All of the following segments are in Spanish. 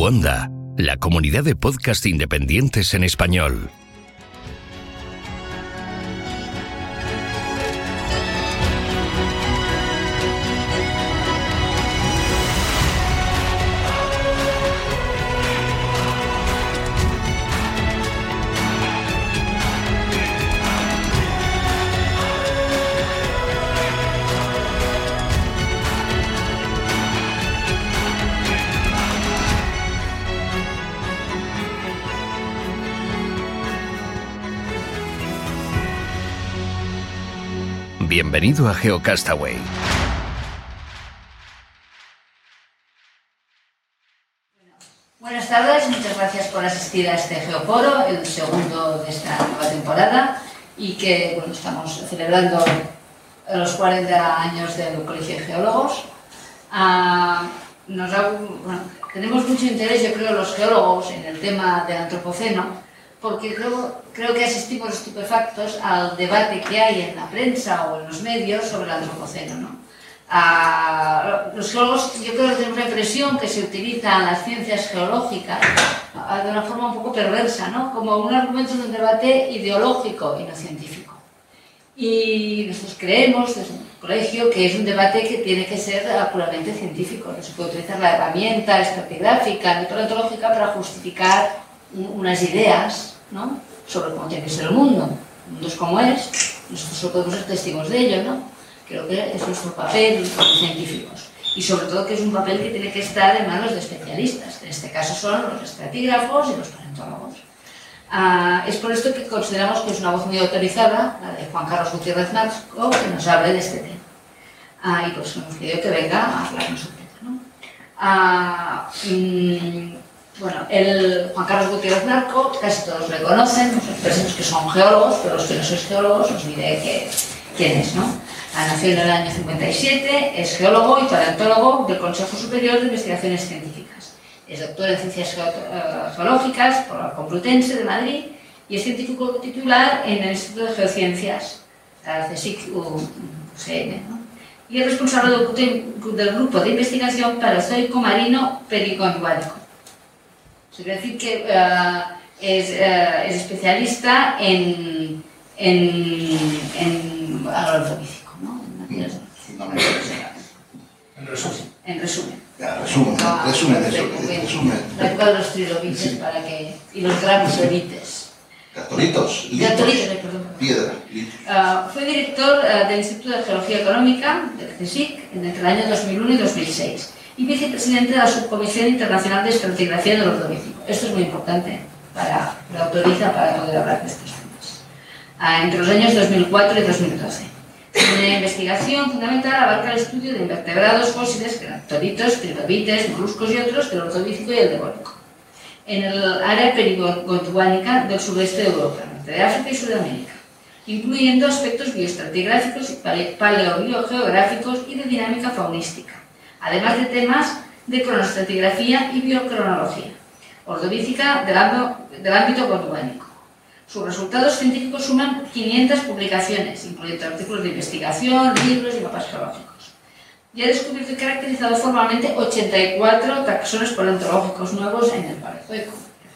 Cuonda, la comunidad de podcast independientes en español. Bienvenido a GeoCastaway. Buenas tardes, muchas gracias por asistir a este Geoforo, el segundo de esta nueva temporada, y que estamos celebrando los 40 años del Colegio de Geólogos. Tenemos mucho interés, yo creo, los geólogos en el tema del antropoceno, porque creo que asistimos estupefactos al debate que hay en la prensa o en los medios sobre el antropoceno, ¿no? Los geólogos, yo creo que tenemos la impresión que se utilizan las ciencias geológicas de una forma un poco perversa, ¿no? Como un argumento de un debate ideológico y no científico. Y nosotros creemos desde el colegio que es un debate que tiene que ser puramente científico. No se puede utilizar la herramienta estratigráfica ni paleontológica para justificar unas ideas, ¿no?, sobre cómo tiene que ser el mundo. El mundo es como es, nosotros solo podemos ser testigos de ello, ¿no? Creo que es nuestro papel como científicos. Y sobre todo que es un papel que tiene que estar en manos de especialistas, que en este caso son los estratígrafos y los paleontólogos. Es por esto que consideramos que es una voz muy autorizada, la de Juan Carlos Gutiérrez Marco, que nos hable de este tema. Y pues hemos querido que venga a hablarnos un poco, ¿no? El Juan Carlos Gutiérrez Marco, casi todos le conocen, muchas personas que son geólogos, pero los que no sois geólogos os diré quién es, ¿no? Nació en el año 57, es geólogo y paleontólogo del Consejo Superior de Investigaciones Científicas. Es doctor en Ciencias Geológicas por la Complutense de Madrid y es científico titular en el Instituto de Geociencias, la CSIC-UCM, ¿no? Y es responsable del grupo de investigación Paleozoico Marino Perigondwánico. Se quiere decir que es especialista en agroarqueológico, ¿no? En resumen. Resumen. La época de los trilobites y los granulolites. Gatolitos. Perdón. Piedra. Fue director del Instituto de Geología Económica del CSIC entre el año 2001 y 2006. Y vicepresidente de la Subcomisión Internacional de Estratigrafía del Ordovícico. Esto es muy importante para la autoriza para poder hablar de estos temas. Entre los años 2004 y 2012. Una investigación fundamental abarca el estudio de invertebrados fósiles, gatolitos, trilobites, moluscos y otros del Ordovícico y el Devónico, en el área perigondwánica del sureste de Europa, norte de África y Sudamérica, incluyendo aspectos bioestratigráficos y paleobiogeográficos y de dinámica faunística, además de temas de cronoestratigrafía y biocronología ordovícica del ámbito gondwánico. Sus resultados científicos suman 500 publicaciones, incluyendo artículos de investigación, libros y mapas geológicos. Y ha descubierto y caracterizado formalmente 84 taxones paleontológicos nuevos en el Paleozoico.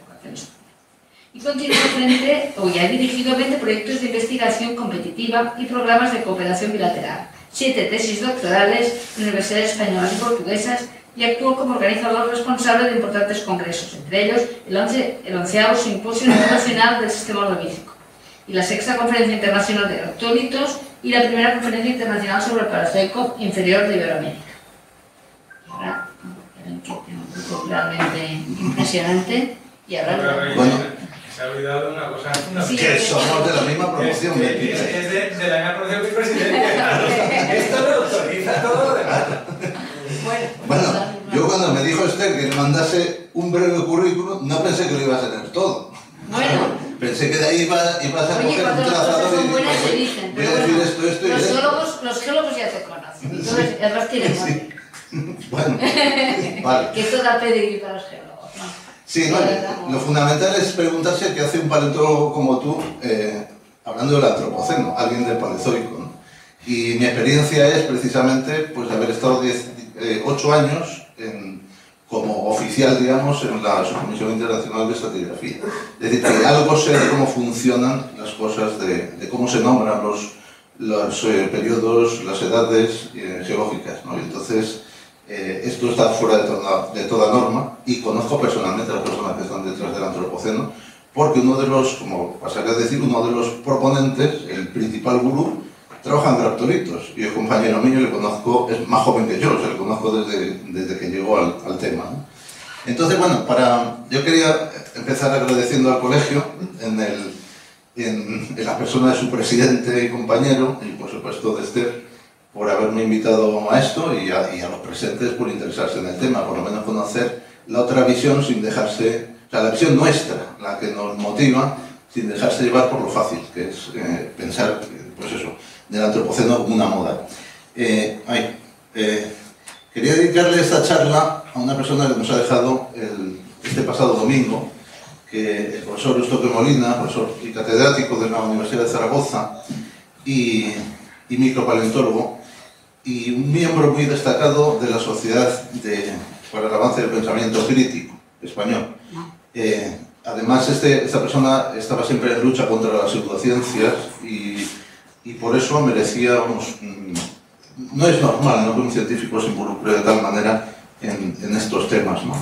Y continúa ha dirigido 20 proyectos de investigación competitiva y programas de cooperación bilateral, 7 tesis doctorales en universidades españolas y portuguesas, y actuó como organizador responsable de importantes congresos, entre ellos el 11º Simposio Internacional del Sistema Ordovícico, y la 6ª Conferencia Internacional de Gatolitos y la primera Conferencia Internacional sobre el Paleozoico Inferior de Iberoamérica. Y ahora, ven que tengo un grupo realmente impresionante, y ahora... Se ha olvidado una cosa. Que somos de la misma promoción. Es de la misma promoción que el presidente. Esto lo autoriza todo lo demás. Bueno, yo cuando me dijo que le mandase un breve currículum, no pensé que lo ibas a tener todo. Bueno. Pensé que de ahí ibas a coger un trazador y voy a decir esto y esto. Los geólogos ya te conocen. Entonces, además tienen sí. Bueno, vale. Que esto da pedigrí para los geólogos, ¿no? Sí, no, lo fundamental es preguntarse qué hace un paleontólogo como tú hablando del antropoceno, alguien del Paleozoico, ¿no? Y mi experiencia es precisamente pues, de haber estado 8 años en como oficial, digamos, en la Subcomisión Internacional de Estratigrafía. Es decir, que algo sé de cómo funcionan las cosas, de cómo se nombran los periodos, las edades geológicas, ¿no? Y entonces, esto está fuera de toda norma, y conozco personalmente a las personas que están detrás del Antropoceno, porque uno de los, como pasaría a decir, uno de los proponentes, el principal gurú, trabaja en Graptolitos, y es compañero mío, le conozco, es más joven que yo, o sea, le conozco desde que llegó al tema, ¿no? Entonces, bueno, yo quería empezar agradeciendo al colegio en la persona de su presidente y compañero, y por supuesto de Esther, por haberme invitado a esto, y a los presentes por interesarse en el tema, por lo menos conocer la otra visión sin dejarse, o sea, la visión nuestra, la que nos motiva, sin dejarse llevar por lo fácil, que es pensar, pues eso, del Antropoceno como una moda. Quería dedicarle esta charla a una persona que nos ha dejado este pasado domingo, que el profesor Eustoquio Molina, profesor y catedrático de la Universidad de Zaragoza y micropaleontólogo, y un miembro muy destacado de la Sociedad para el Avance del Pensamiento Crítico español. Además, esta persona estaba siempre en lucha contra las pseudociencias y por eso merecía, vamos, no es normal, ¿no?, que un científico se involucre de tal manera en estos temas, ¿no?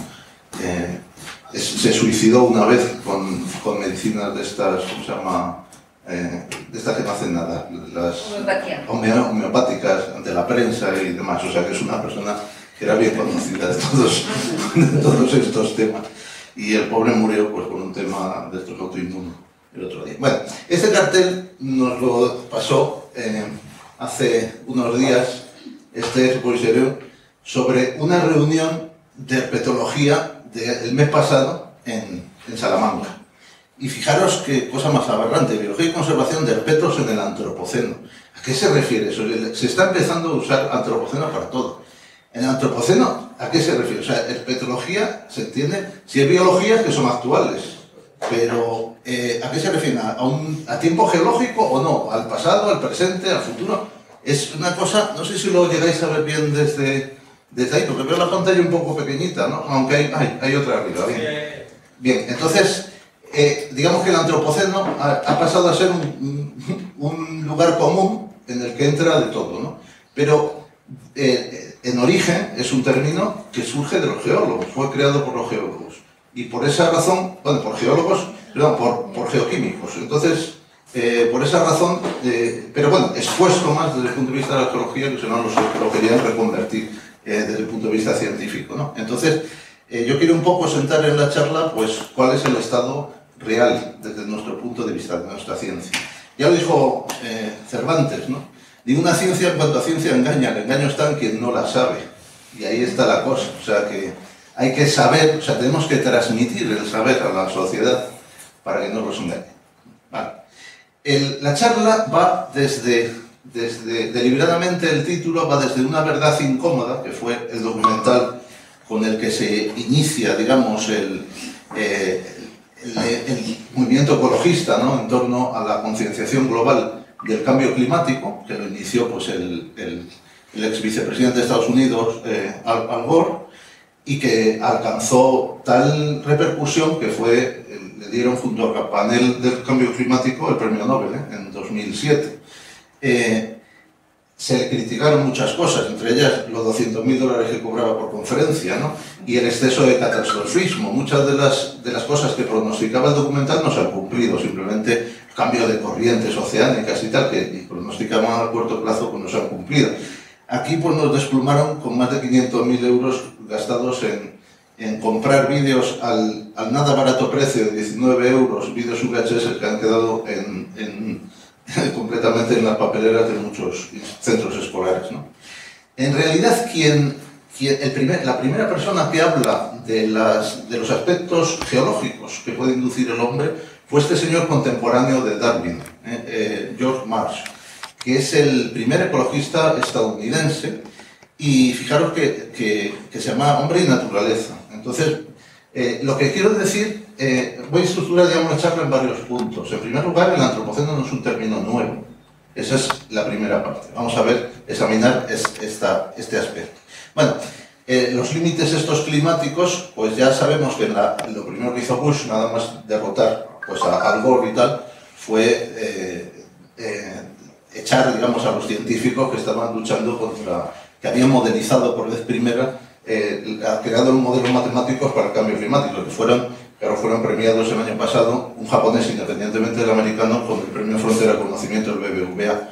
Se suicidó una vez con medicinas de estas, ¿cómo se llama?, de estas que no hacen nada, las homeopáticas ante la prensa y demás, o sea que es una persona que era bien conocida de todos estos temas, y el pobre murió pues con un tema de estos autoinmunes el otro día. Bueno, este cartel nos lo pasó hace unos días Esther Boisereu sobre una reunión de herpetología del mes pasado en Salamanca. Y fijaros qué cosa más aberrante, biología y conservación de herpetos en el Antropoceno. ¿A qué se refiere eso? Se está empezando a usar Antropoceno para todo. ¿En el Antropoceno a qué se refiere? O sea, herpetología se entiende, si es biología, que son actuales, pero ¿a qué se refiere? ¿A tiempo geológico o no? ¿Al pasado, al presente, al futuro? Es una cosa, no sé si lo llegáis a ver bien desde ahí, porque veo la pantalla un poco pequeñita, ¿no? Aunque hay otra arriba. Bien, entonces, digamos que el Antropoceno ha pasado a ser un lugar común en el que entra de todo, ¿no? Pero en origen es un término que surge de los geólogos, fue creado por los geólogos. Y por esa razón, bueno, por geólogos, perdón, por geoquímicos. Entonces, por esa razón, pero bueno, expuesto más desde el punto de vista de la geología, que si no lo querían reconvertir desde el punto de vista científico, ¿no? Entonces, yo quiero un poco sentar en la charla, pues, cuál es el estado real desde nuestro punto de vista, de nuestra ciencia. Ya lo dijo Cervantes, ¿no? Ninguna ciencia en cuanto a ciencia engaña, el engaño está en quien no la sabe. Y ahí está la cosa, o sea que hay que saber, o sea, tenemos que transmitir el saber a la sociedad para que no los engañe. Vale. La charla va deliberadamente el título va desde Una verdad incómoda, que fue el documental con el que se inicia, digamos, el movimiento ecologista, ¿no?, en torno a la concienciación global del cambio climático, que lo inició pues, el ex vicepresidente de Estados Unidos, Al Gore, y que alcanzó tal repercusión que le dieron junto al panel del cambio climático el premio Nobel en 2007. Se le criticaron muchas cosas, entre ellas los $200.000 que cobraba por conferencia, ¿no?, y el exceso de catastrofismo. Muchas de las cosas que pronosticaba el documental no se han cumplido, simplemente cambio de corrientes oceánicas y tal, que pronosticaban a corto plazo, pues no se han cumplido. Aquí pues nos desplumaron con más de 500.000 euros gastados en comprar vídeos al nada barato precio de 19 euros, vídeos VHS que han quedado completamente en las papeleras de muchos centros escolares, ¿no? En realidad, la primera persona que habla de los aspectos geológicos que puede inducir el hombre fue este señor contemporáneo de Darwin, George Marsh, que es el primer ecologista estadounidense, y fijaros que se llama Hombre y Naturaleza. Entonces, lo que quiero decir, voy a estructurar, digamos, la charla en varios puntos. En primer lugar, el antropoceno no es un término nuevo. Esa es la primera parte. Vamos a examinar este aspecto. Bueno, Los límites estos climáticos, pues ya sabemos que lo primero que hizo Bush, nada más derrotar pues, a Al Gore y tal, fue echar, digamos, a los científicos que estaban luchando contra, que habían modelizado por vez primera, creado un modelo matemáticos para el cambio climático, que fueron premiados el año pasado, un japonés independientemente del americano, con el premio Frontera de Conocimiento del BBVA.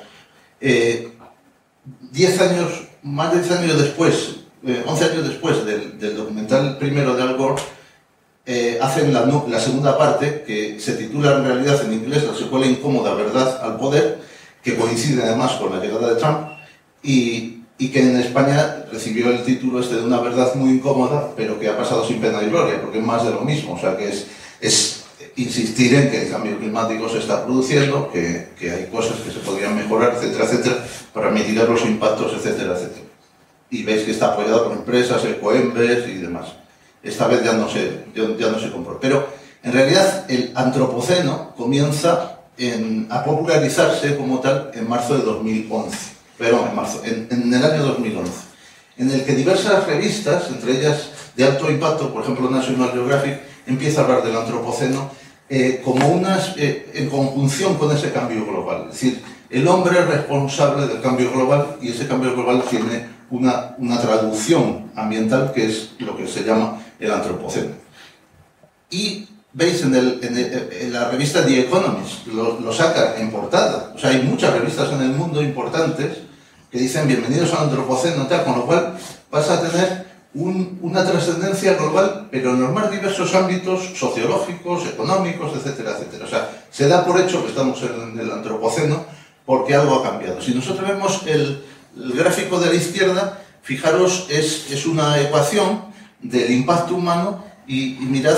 10 años, más de 10 años después, 11 años después del documental primero de Al Gore, hacen la segunda parte, que se titula en realidad en inglés La secuela incómoda, verdad al poder, que coincide además con la llegada de Trump, y que en España recibió el título de Una verdad muy incómoda, pero que ha pasado sin pena y gloria, porque es más de lo mismo, o sea que es insistir en que el cambio climático se está produciendo, que hay cosas que se podrían mejorar, etcétera, etcétera, para mitigar los impactos, etcétera, etcétera. Y veis que está apoyado por empresas, Ecoembes y demás. Esta vez ya no se compró. Pero en realidad el antropoceno comienza a popularizarse como tal en marzo de 2011. Pero en el año 2011, en el que diversas revistas, entre ellas de alto impacto, por ejemplo National Geographic, empieza a hablar del antropoceno como en conjunción con ese cambio global. Es decir, el hombre es responsable del cambio global y ese cambio global tiene una traducción ambiental que es lo que se llama el antropoceno. Y veis en la revista The Economist, lo saca en portada. O sea, hay muchas revistas en el mundo importantes que dicen bienvenidos al antropoceno, tal, con lo cual vas a tener una trascendencia global, pero en los más diversos ámbitos sociológicos, económicos, etcétera, etcétera. O sea, se da por hecho que estamos en el antropoceno porque algo ha cambiado. Si nosotros vemos el gráfico de la izquierda, fijaros, es una ecuación del impacto humano y mirad,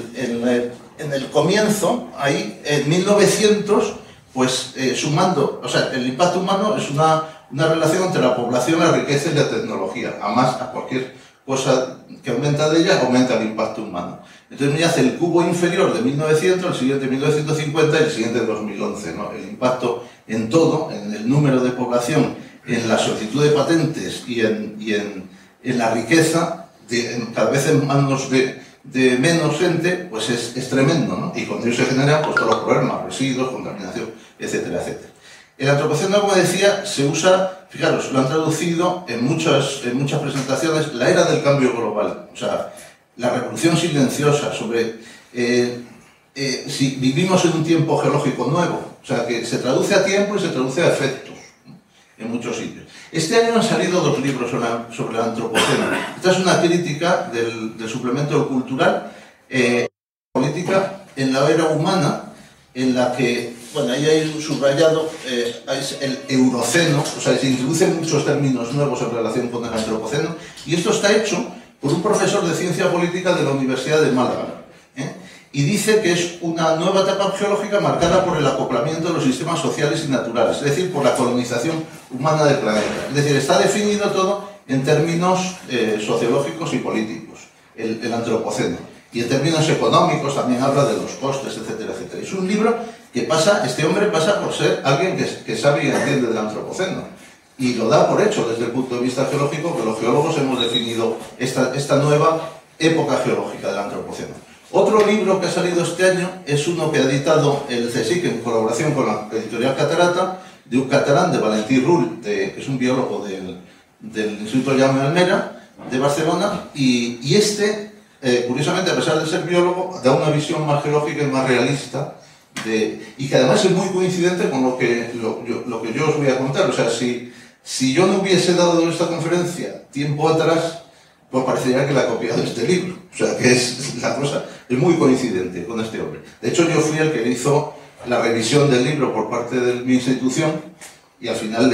en el comienzo, ahí, en 1900, pues sumando, o sea, el impacto humano es una relación entre la población, la riqueza y la tecnología. Además, a cualquier cosa que aumenta de ella, aumenta el impacto humano. Entonces mirad el cubo inferior de 1900, el siguiente 1950 y el siguiente 2011, ¿no? El impacto en todo, en el número de población, en la solicitud de patentes y en la riqueza, cada vez en manos de menos gente, pues es tremendo, ¿no? Y con ello se generan pues, todos los problemas, residuos, contaminación, etcétera, etcétera. El antropoceno, como decía, se usa, fijaros, lo han traducido en muchas presentaciones, la era del cambio global, o sea, la revolución silenciosa sobre si vivimos en un tiempo geológico nuevo, o sea, que se traduce a tiempo y se traduce a efectos en muchos sitios. Este año han salido 2 libros sobre el antropoceno. Esta es una crítica del suplemento cultural, política en la era humana, en la que, bueno, ahí hay un subrayado, es el euroceno, o sea, se introducen muchos términos nuevos en relación con el antropoceno, y esto está hecho por un profesor de ciencia política de la Universidad de Málaga, y dice que es una nueva etapa geológica marcada por el acoplamiento de los sistemas sociales y naturales, es decir, por la colonización humana del planeta. Es decir, está definido todo en términos sociológicos y políticos, el antropoceno. Y en términos económicos también habla de los costes, etcétera, etcétera. Es un libro que este hombre pasa por ser alguien que sabe y entiende del antropoceno. Y lo da por hecho desde el punto de vista geológico, que los geólogos hemos definido esta nueva época geológica del antropoceno. Otro libro que ha salido este año es uno que ha editado el CSIC en colaboración con la editorial Catarata, de un catalán, de Valentí Rull, que es un biólogo del Instituto Jaume Almera, de Barcelona, y curiosamente, a pesar de ser biólogo, da una visión más geológica y más realista, y que además es muy coincidente con lo que yo os voy a contar. O sea, si yo no hubiese dado esta conferencia tiempo atrás, pues parecería que la he copiado este libro. O sea, que la cosa es muy coincidente con este hombre. De hecho, yo fui el que le hizo la revisión del libro por parte de mi institución y al final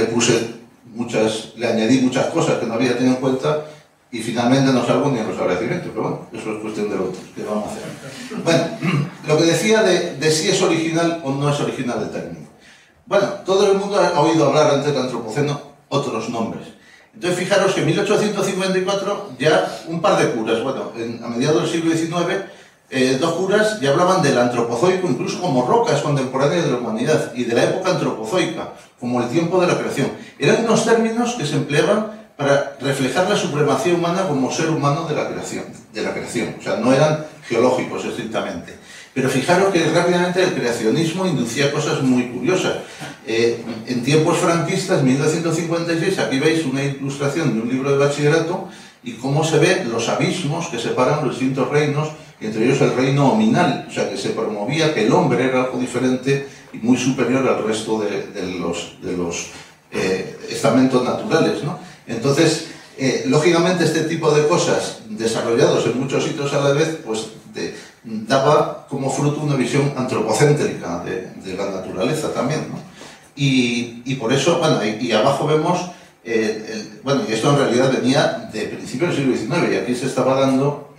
le añadí muchas cosas que no había tenido en cuenta y finalmente no salgo ni en los agradecimientos. Pero bueno, eso es cuestión de lo que vamos a hacer. Bueno, lo que decía de si es original o no es original el término. Bueno, todo el mundo ha oído hablar antes del antropoceno otros nombres. Entonces, fijaros que en 1854 ya un par de curas, bueno, a mediados del siglo XIX, 2 curas ya hablaban del antropozoico, incluso como rocas contemporáneas de la humanidad, y de la época antropozoica, como el tiempo de la creación. Eran unos términos que se empleaban para reflejar la supremacía humana como ser humano de la creación. O sea, no eran geológicos estrictamente. Pero fijaros que rápidamente el creacionismo inducía cosas muy curiosas. En tiempos franquistas, 1956, aquí veis una ilustración de un libro de bachillerato y cómo se ven los abismos que separan los distintos reinos, y entre ellos el reino hominal, o sea, que se promovía que el hombre era algo diferente y muy superior al resto de los estamentos naturales, ¿no? Entonces, lógicamente, este tipo de cosas desarrollados en muchos sitios a la vez, pues daba como fruto una visión antropocéntrica de la naturaleza también, ¿no? Y por eso, bueno, y abajo vemos, bueno, y esto en realidad venía de principios del siglo XIX, y aquí se estaba dando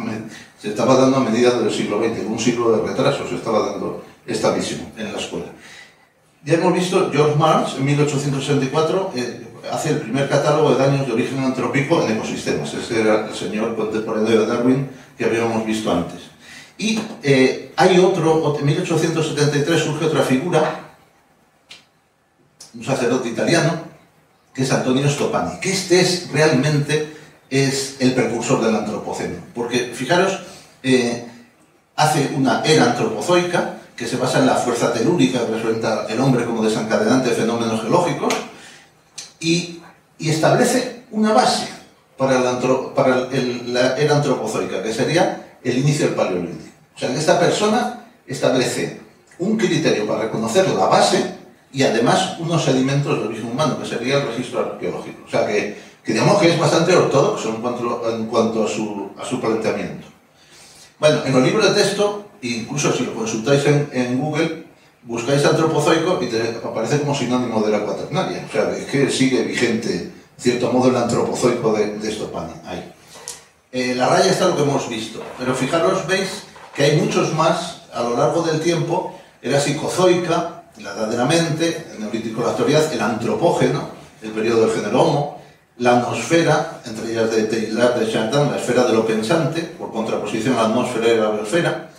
a mediados del siglo XX, un siglo de retraso se estaba dando esta visión en la escuela. Ya hemos visto, George Marsh, en 1864, hace el primer catálogo de daños de origen antrópico en ecosistemas. Ese era el señor contemporáneo de Darwin que habíamos visto antes. Y hay otro, en 1873 surge otra figura, un sacerdote italiano, que es Antonio Stoppani, que realmente es el precursor del antropoceno. Porque, fijaros, hace una era antropozoica, que se basa en la fuerza telúrica que representa el hombre como desencadenante de fenómenos geológicos, y establece una base para la era antropozoica, que sería el inicio del Paleolítico. O sea, que esta persona establece un criterio para reconocer la base y además unos sedimentos de origen humano, que sería el registro arqueológico. O sea, que digamos que es bastante ortodoxo en cuanto a su planteamiento. Bueno, en los libros de texto, incluso si lo consultáis en Google, buscáis antropozoico y te aparece como sinónimo de la cuaternaria. O sea, es que sigue vigente, en cierto modo, el antropozoico de Stoppani. Ahí. La raya está lo que hemos visto, pero fijaros, veis que hay muchos más a lo largo del tiempo. Era psicozoica, la edad de la mente, el neolítico de la actualidad, el antropógeno, el periodo del género Homo, la atmosfera, entre ellas de Taylor de Chardin, la esfera de lo pensante, por contraposición a la atmósfera y la biosfera,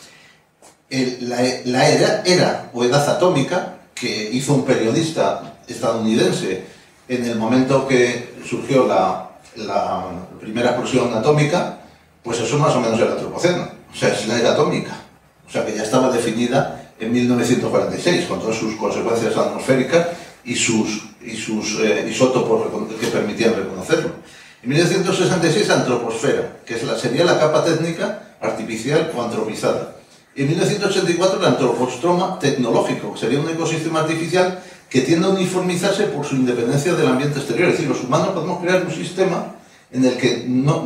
la era o edad atómica, que hizo un periodista estadounidense en el momento que surgió la primera explosión atómica, pues eso más o menos era el antropoceno, o sea, es la era atómica, o sea, que ya estaba definida en 1946, con todas sus consecuencias atmosféricas y sus isótopos que permitían reconocerlo. En 1966, antroposfera, que sería la capa técnica artificial o antropizada. En 1984, el antropostroma tecnológico, que sería un ecosistema artificial que tiende a uniformizarse por su independencia del ambiente exterior. Es decir, los humanos podemos crear un sistema en el que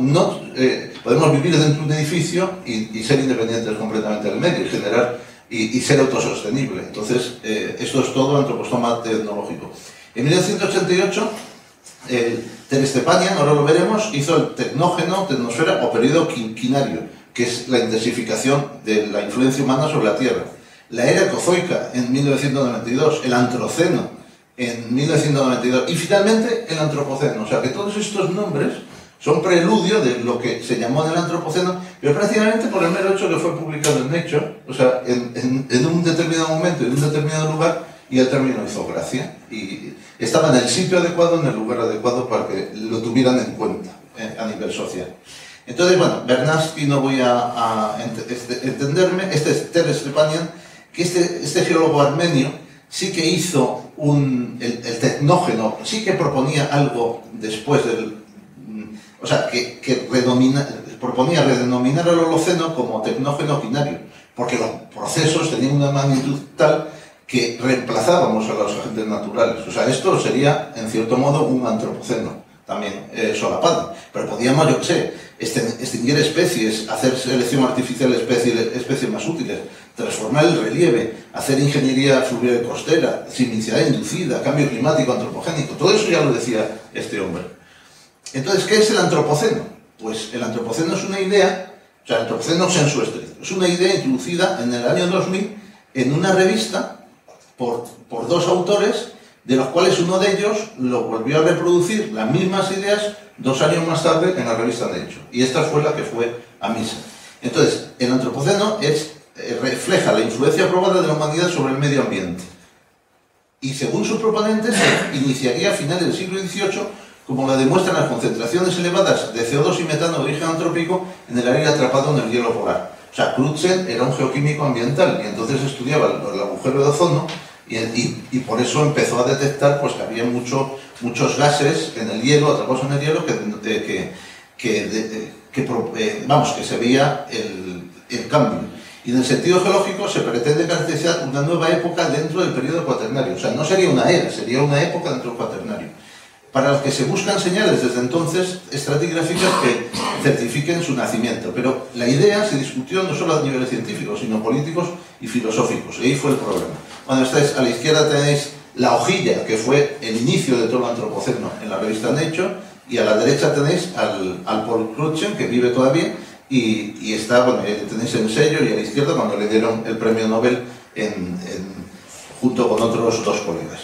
podemos vivir dentro de un edificio y ser independientes completamente del medio y generar y ser autosostenible. Entonces, esto es todo antropostroma tecnológico. En 1988, Tere Stepanian, ahora lo veremos, hizo el tecnógeno, tecnosfera o periodo quinario, que es la intensificación de la influencia humana sobre la Tierra. La era ecozoica en 1992, el antroceno en 1992 y finalmente el antropoceno. O sea que todos estos nombres son preludio de lo que se llamó en el antropoceno, pero prácticamente por el mero hecho que fue publicado en Nature, o sea, en un determinado momento, en un determinado lugar, y el término hizo gracia. Y estaba en el sitio adecuado, en el lugar adecuado para que lo tuvieran en cuenta a nivel social. Entonces, bueno, Bernatsky no voy a entenderme, este es Tere Stepanian, que este geólogo armenio sí que hizo el tecnógeno, sí que proponía algo después del... O sea, que proponía redenominar al Holoceno como tecnógeno quinario, porque los procesos tenían una magnitud tal que reemplazábamos a los agentes naturales. O sea, esto sería, en cierto modo, un antropoceno también solapado. Pero podíamos, yo qué sé, extinguir especies, hacer selección artificial de especies más útiles, transformar el relieve, hacer ingeniería fluvial y costera, sismicidad inducida, cambio climático antropogénico. Todo eso ya lo decía este hombre. Entonces, ¿qué es el antropoceno? Pues el antropoceno es una idea, o sea, el antropoceno sensu stricto, es una idea introducida en el año 2000 en una revista por dos autores, de los cuales uno de ellos lo volvió a reproducir las mismas ideas 2 años más tarde en la revista Nature. Y esta fue la que fue a misa. Entonces, el antropoceno refleja la influencia probada de la humanidad sobre el medio ambiente. Y según sus proponentes, se iniciaría a finales del siglo XVIII como lo demuestran las concentraciones elevadas de CO2 y metano de origen antrópico en el aire atrapado en el hielo polar. O sea, Crutzen era un geoquímico ambiental y entonces estudiaba el agujero de ozono y por eso empezó a detectar pues, que había muchos gases en el hielo, atrapados en el hielo, que se veía el cambio. Y en el sentido geológico se pretende caracterizar una nueva época dentro del periodo cuaternario. O sea, no sería una era, sería una época dentro del cuaternario, para los que se buscan señales desde entonces estratigráficas que certifiquen su nacimiento. Pero la idea se discutió no solo a niveles científicos, sino políticos y filosóficos. Y ahí fue el problema. Cuando estáis a la izquierda tenéis la hojilla, que fue el inicio de todo el antropoceno en la revista Nature, y a la derecha tenéis al Paul Crutzen, que vive todavía, y está, bueno, tenéis el sello, y a la izquierda cuando le dieron el premio Nobel junto con otros dos colegas.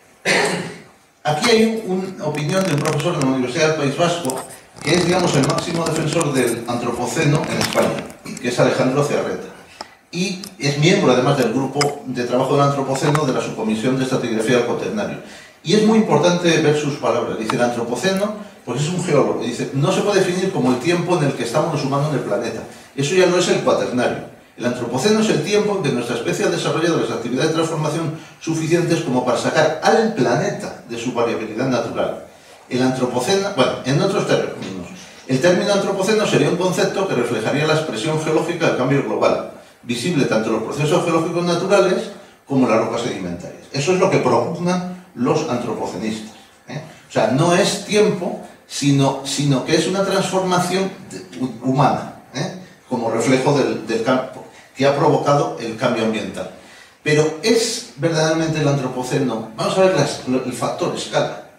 Aquí hay una opinión de un profesor de la Universidad del País Vasco, que es, digamos, el máximo defensor del antropoceno en España, que es Alejandro Cearreta. Y es miembro, además, del grupo de trabajo del antropoceno de la subcomisión de estratigrafía del cuaternario. Y es muy importante ver sus palabras. Dice, el antropoceno, pues es un geólogo. Dice, no se puede definir como el tiempo en el que estamos los humanos en el planeta. Eso ya no es el cuaternario. El antropoceno es el tiempo en que nuestra especie ha desarrollado las actividades de transformación suficientes como para sacar al planeta de su variabilidad natural. El antropoceno, bueno, en otros términos, el término antropoceno sería un concepto que reflejaría la expresión geológica del cambio global, visible tanto en los procesos geológicos naturales como en las rocas sedimentarias. Eso es lo que propugnan los antropocenistas. O sea, no es tiempo, sino que es una transformación humana, como reflejo del campo que ha provocado el cambio ambiental. Pero ¿es verdaderamente el antropoceno? Vamos a ver el factor escala.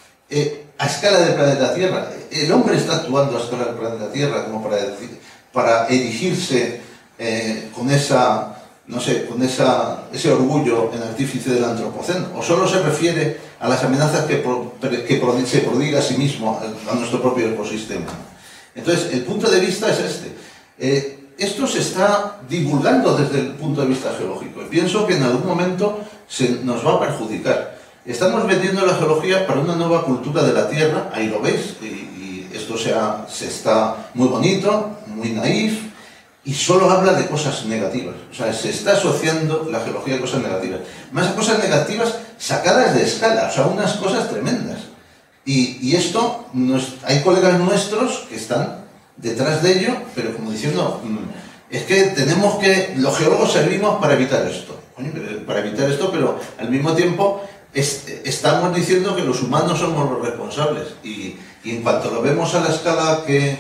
A escala del planeta Tierra. El hombre está actuando a escala del planeta Tierra como para erigirse con esa, no sé, con ese orgullo en artífice del antropoceno. ¿O solo se refiere a las amenazas que se prodiga a sí mismo a nuestro propio ecosistema? Entonces, el punto de vista es este. Esto se está divulgando desde el punto de vista geológico y pienso que en algún momento nos va a perjudicar. Estamos vendiendo la geología para una nueva cultura de la Tierra, ahí lo veis, y esto se está muy bonito, muy naif, y solo habla de cosas negativas. O sea, se está asociando la geología a cosas negativas. Más cosas negativas sacadas de escala, o sea, unas cosas tremendas. Y esto, hay colegas nuestros que están detrás de ello, pero como diciendo, es que los geólogos servimos para evitar esto. Coño, para evitar esto, pero al mismo tiempo estamos diciendo que los humanos somos los responsables. Y en cuanto lo vemos a la escala que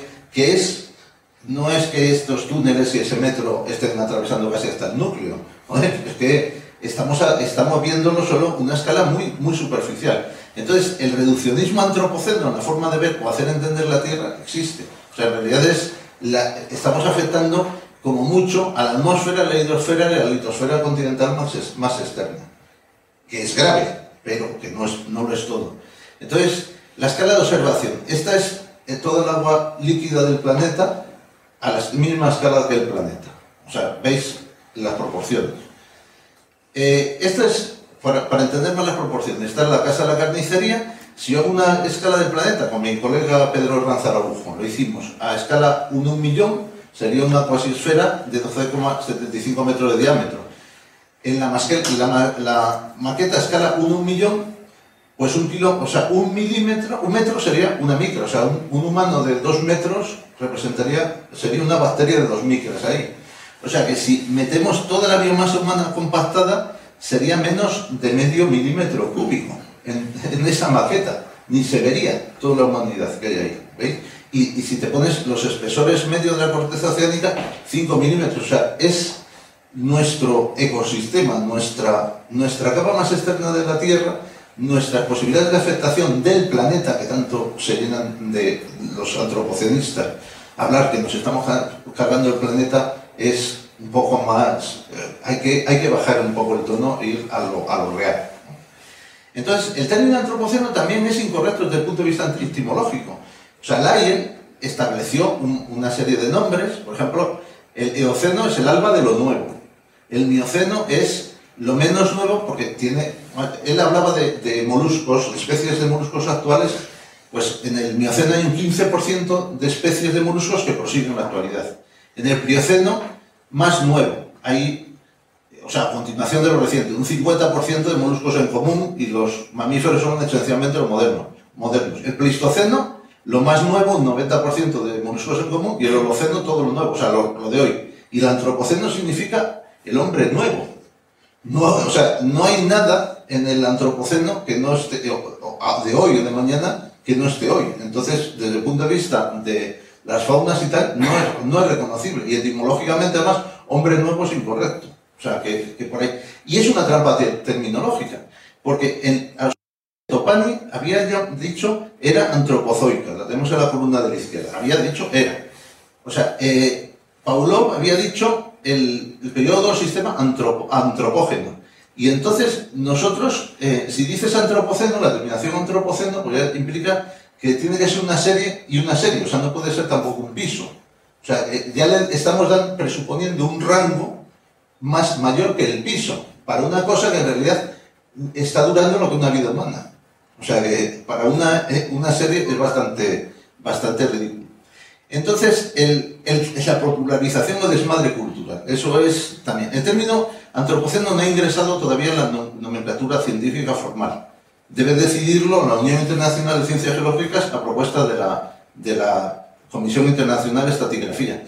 no es que estos túneles y ese metro estén atravesando casi hasta el núcleo. Es que estamos viéndolo solo una escala muy, muy superficial. Entonces, el reduccionismo antropoceno, la forma de ver o hacer entender la Tierra, existe. O sea, en realidad estamos afectando como mucho a la atmósfera, a la hidrosfera y a la litosfera continental más externa. Que es grave, pero que no lo es todo. Entonces, la escala de observación. Esta es toda el agua líquida del planeta a la misma escala que el planeta. O sea, veis las proporciones. Esta es, para entender más las proporciones, esta es la casa de la carnicería. Si yo hago una escala del planeta, con mi colega Pedro Herranz Araujo, lo hicimos a escala 1 en 1.000.000, sería una cuasisfera de 12,75 metros de diámetro. En la maqueta a escala 1 en 1.000.000, pues un metro sería una micra, o sea, un humano de 2 metros sería una bacteria de 2 micras ahí. O sea que si metemos toda la biomasa humana compactada, sería menos de medio milímetro cúbico. En esa maqueta, ni se vería toda la humanidad que hay ahí, ¿veis? Y si te pones los espesores medios de la corteza oceánica, 5 milímetros, o sea, es nuestro ecosistema, nuestra capa más externa de la Tierra, nuestras posibilidades de afectación del planeta, que tanto se llenan de los antropocenistas. Hablar que nos estamos cargando el planeta es un poco más, hay que bajar un poco el tono e ir a lo real. Entonces, el término antropoceno también es incorrecto desde el punto de vista etimológico. O sea, Lyell estableció una serie de nombres. Por ejemplo, el Eoceno es el alba de lo nuevo. El Mioceno es lo menos nuevo porque él hablaba de moluscos, de especies de moluscos actuales, Pues en el Mioceno hay un 15% de especies de moluscos que prosiguen en la actualidad. En el Plioceno, más nuevo. Hay, o sea, a continuación de lo reciente, un 50% de moluscos en común y los mamíferos son esencialmente los modernos. El Pleistoceno, lo más nuevo, un 90% de moluscos en común, y el Holoceno, todo lo nuevo, o sea, lo de hoy. Y el Antropoceno significa el hombre nuevo. No, o sea, no hay nada en el Antropoceno que no esté, de hoy o de mañana, que no esté hoy. Entonces, desde el punto de vista de las faunas y tal, no es reconocible. Y etimológicamente, además, hombre nuevo es incorrecto. O sea, que por ahí... Y es una trampa terminológica, porque en Topani había ya dicho era antropozoica, la tenemos en la columna de la izquierda, había dicho era. O sea, Pavlov había dicho el periodo del sistema antropógeno. Y entonces nosotros, si dices antropoceno, la terminación antropoceno, pues ya implica que tiene que ser una serie y una serie, o sea, no puede ser tampoco un piso. O sea, ya le estamos presuponiendo un rango mayor que el piso, para una cosa que en realidad está durando lo que una vida humana. O sea, que para una serie es bastante ridículo. Entonces, la popularización o desmadre cultural, eso es también. El término antropoceno no ha ingresado todavía en la nomenclatura científica formal. Debe decidirlo la Unión Internacional de Ciencias Geológicas a propuesta de la Comisión Internacional de Estratigrafía.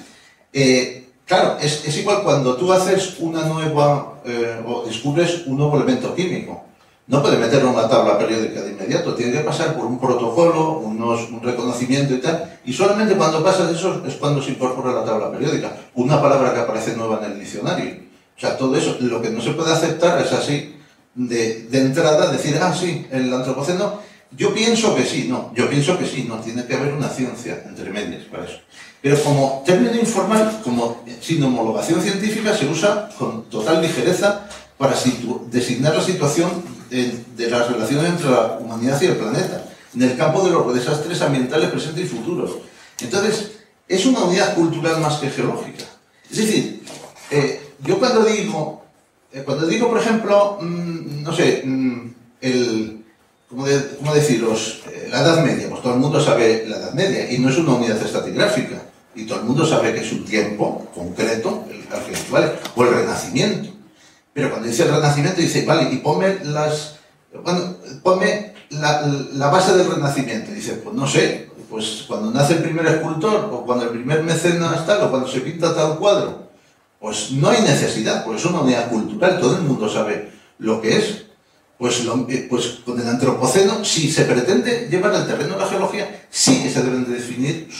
Claro, es igual cuando tú haces una nueva, o descubres un nuevo elemento químico. No puede meterlo en una tabla periódica de inmediato, tiene que pasar por un protocolo, un reconocimiento y tal, y solamente cuando pasa de eso es cuando se incorpora a la tabla periódica, una palabra que aparece nueva en el diccionario. O sea, todo eso, lo que no se puede aceptar es así, de entrada, decir, sí, el antropoceno, yo pienso que sí, no, tiene que haber una ciencia entre medias para eso. Pero como término informal, como sin homologación científica, se usa con total ligereza para designar la situación de las relaciones entre la humanidad y el planeta, en el campo de los desastres ambientales presentes y futuros. Entonces, es una unidad cultural más que geológica. Es decir, yo cuando digo, por ejemplo, no sé, ¿cómo deciros? La Edad Media, pues todo el mundo sabe la Edad Media, y no es una unidad estratigráfica, y todo el mundo sabe que es un tiempo concreto, al que equivale, o el Renacimiento. Pero cuando dice el Renacimiento, dice, vale, y ponme la base del Renacimiento. Dice, pues no sé, pues cuando nace el primer escultor, o cuando el primer mecenas tal, o cuando se pinta tal cuadro. Pues no hay necesidad, pues es una unidad cultural, todo el mundo sabe lo que es. Pues con el antropoceno, si se pretende llevar al terreno de la geología, sí que se deben de definir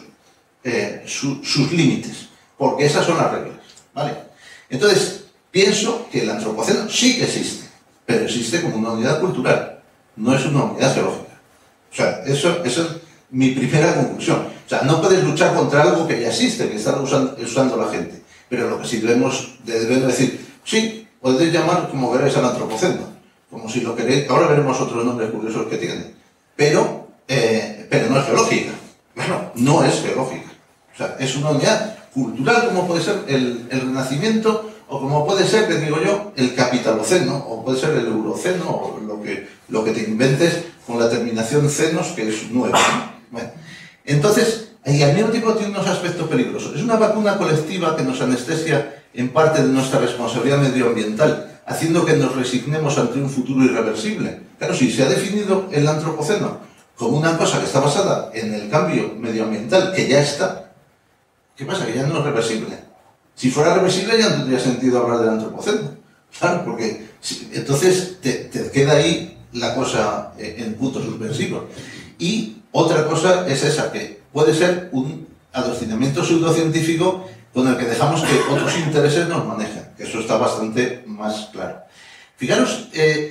sus límites, porque esas son las reglas, ¿vale? Entonces, pienso que el antropoceno sí que existe, pero existe como una unidad cultural, no es una unidad geológica. O sea, eso es mi primera conclusión. O sea, no puedes luchar contra algo que ya existe, que está usando la gente. Pero lo que sí debemos decir, sí, podéis llamar como queráis al antropoceno, como si lo queréis. Ahora veremos otros nombres curiosos que tiene, pero no es geológica. Bueno, no es geológica. O sea, es una unidad cultural, como puede ser el Renacimiento, o como puede ser, que digo yo, el capitaloceno, o puede ser el euroceno, o lo que te inventes con la terminación cenos, que es nuevo. Bueno, entonces, y al mismo tiempo tiene unos aspectos peligrosos. Es una vacuna colectiva que nos anestesia en parte de nuestra responsabilidad medioambiental, haciendo que nos resignemos ante un futuro irreversible. Claro, si se ha definido el antropoceno como una cosa que está basada en el cambio medioambiental, que ya está, ¿qué pasa? Que ya no es reversible. Si fuera reversible ya no tendría sentido hablar del antropoceno. Claro, porque entonces te queda ahí la cosa en puntos suspensivos. Y otra cosa es esa, que puede ser un adoctrinamiento pseudocientífico con el que dejamos que otros intereses nos manejen, que eso está bastante más claro. Fijaros,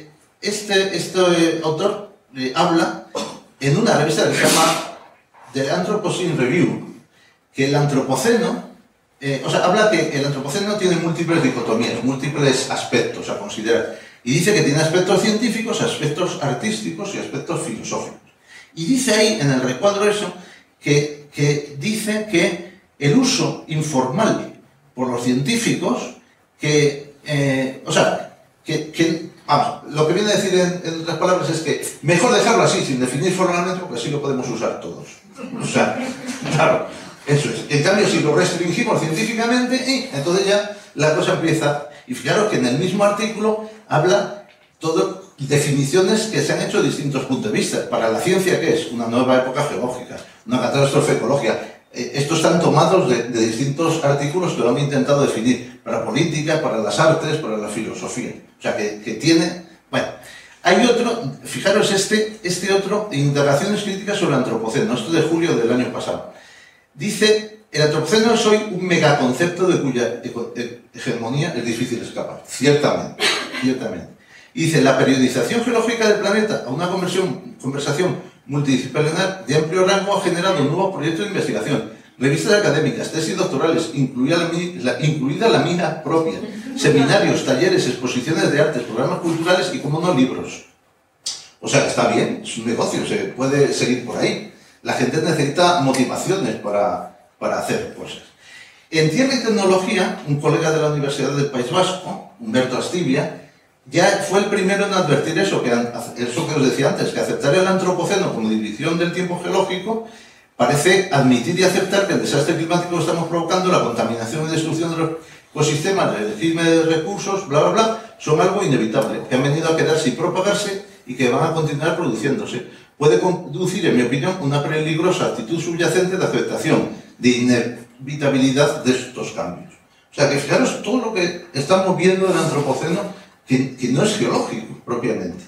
este autor habla en una revista que se llama The Anthropocene Review, que el antropoceno, habla que el antropoceno tiene múltiples dicotomías, múltiples aspectos a considerar. Y dice que tiene aspectos científicos, aspectos artísticos y aspectos filosóficos. Y dice ahí, en el recuadro eso, que dice que el uso informal por los científicos, vamos, lo que viene a decir en otras palabras es que mejor dejarlo así, sin definir formalmente, porque así lo podemos usar todos. O sea, claro, eso es. En cambio, si lo restringimos científicamente, entonces ya la cosa empieza. Y fijaros que en el mismo artículo habla todo definiciones que se han hecho de distintos puntos de vista. Para la ciencia, ¿qué es? Una nueva época geológica, una catástrofe ecológica. Estos están tomados de distintos artículos que lo han intentado definir. Para política, para las artes, para la filosofía. O sea, que tiene... Bueno, hay otro, fijaros este otro, indagaciones críticas sobre el antropoceno, esto de julio del año pasado. Dice, el antropoceno es hoy un megaconcepto de cuya hegemonía es difícil escapar. Ciertamente, ciertamente. Y dice, la periodización geológica del planeta a una conversación multidisciplinar de amplio rango ha generado un nuevo proyecto de investigación. Revistas académicas, tesis doctorales, incluida la mía propia, seminarios, talleres, exposiciones de artes, programas culturales y, como no, libros. O sea, está bien, es un negocio, se puede seguir por ahí. La gente necesita motivaciones para hacer cosas. En Tierra y Tecnología, un colega de la Universidad del País Vasco, Humberto Astibia, ya fue el primero en advertir eso que os decía antes, que aceptar el antropoceno como división del tiempo geológico parece admitir y aceptar que el desastre climático que estamos provocando, la contaminación y destrucción de los ecosistemas, el regime de recursos, bla, bla, bla, son algo inevitable, que han venido a quedarse y propagarse y que van a continuar produciéndose. Puede conducir, en mi opinión, una peligrosa actitud subyacente de aceptación, de inevitabilidad de estos cambios. O sea, que fijaros todo lo que estamos viendo del antropoceno, que no es geológico, propiamente.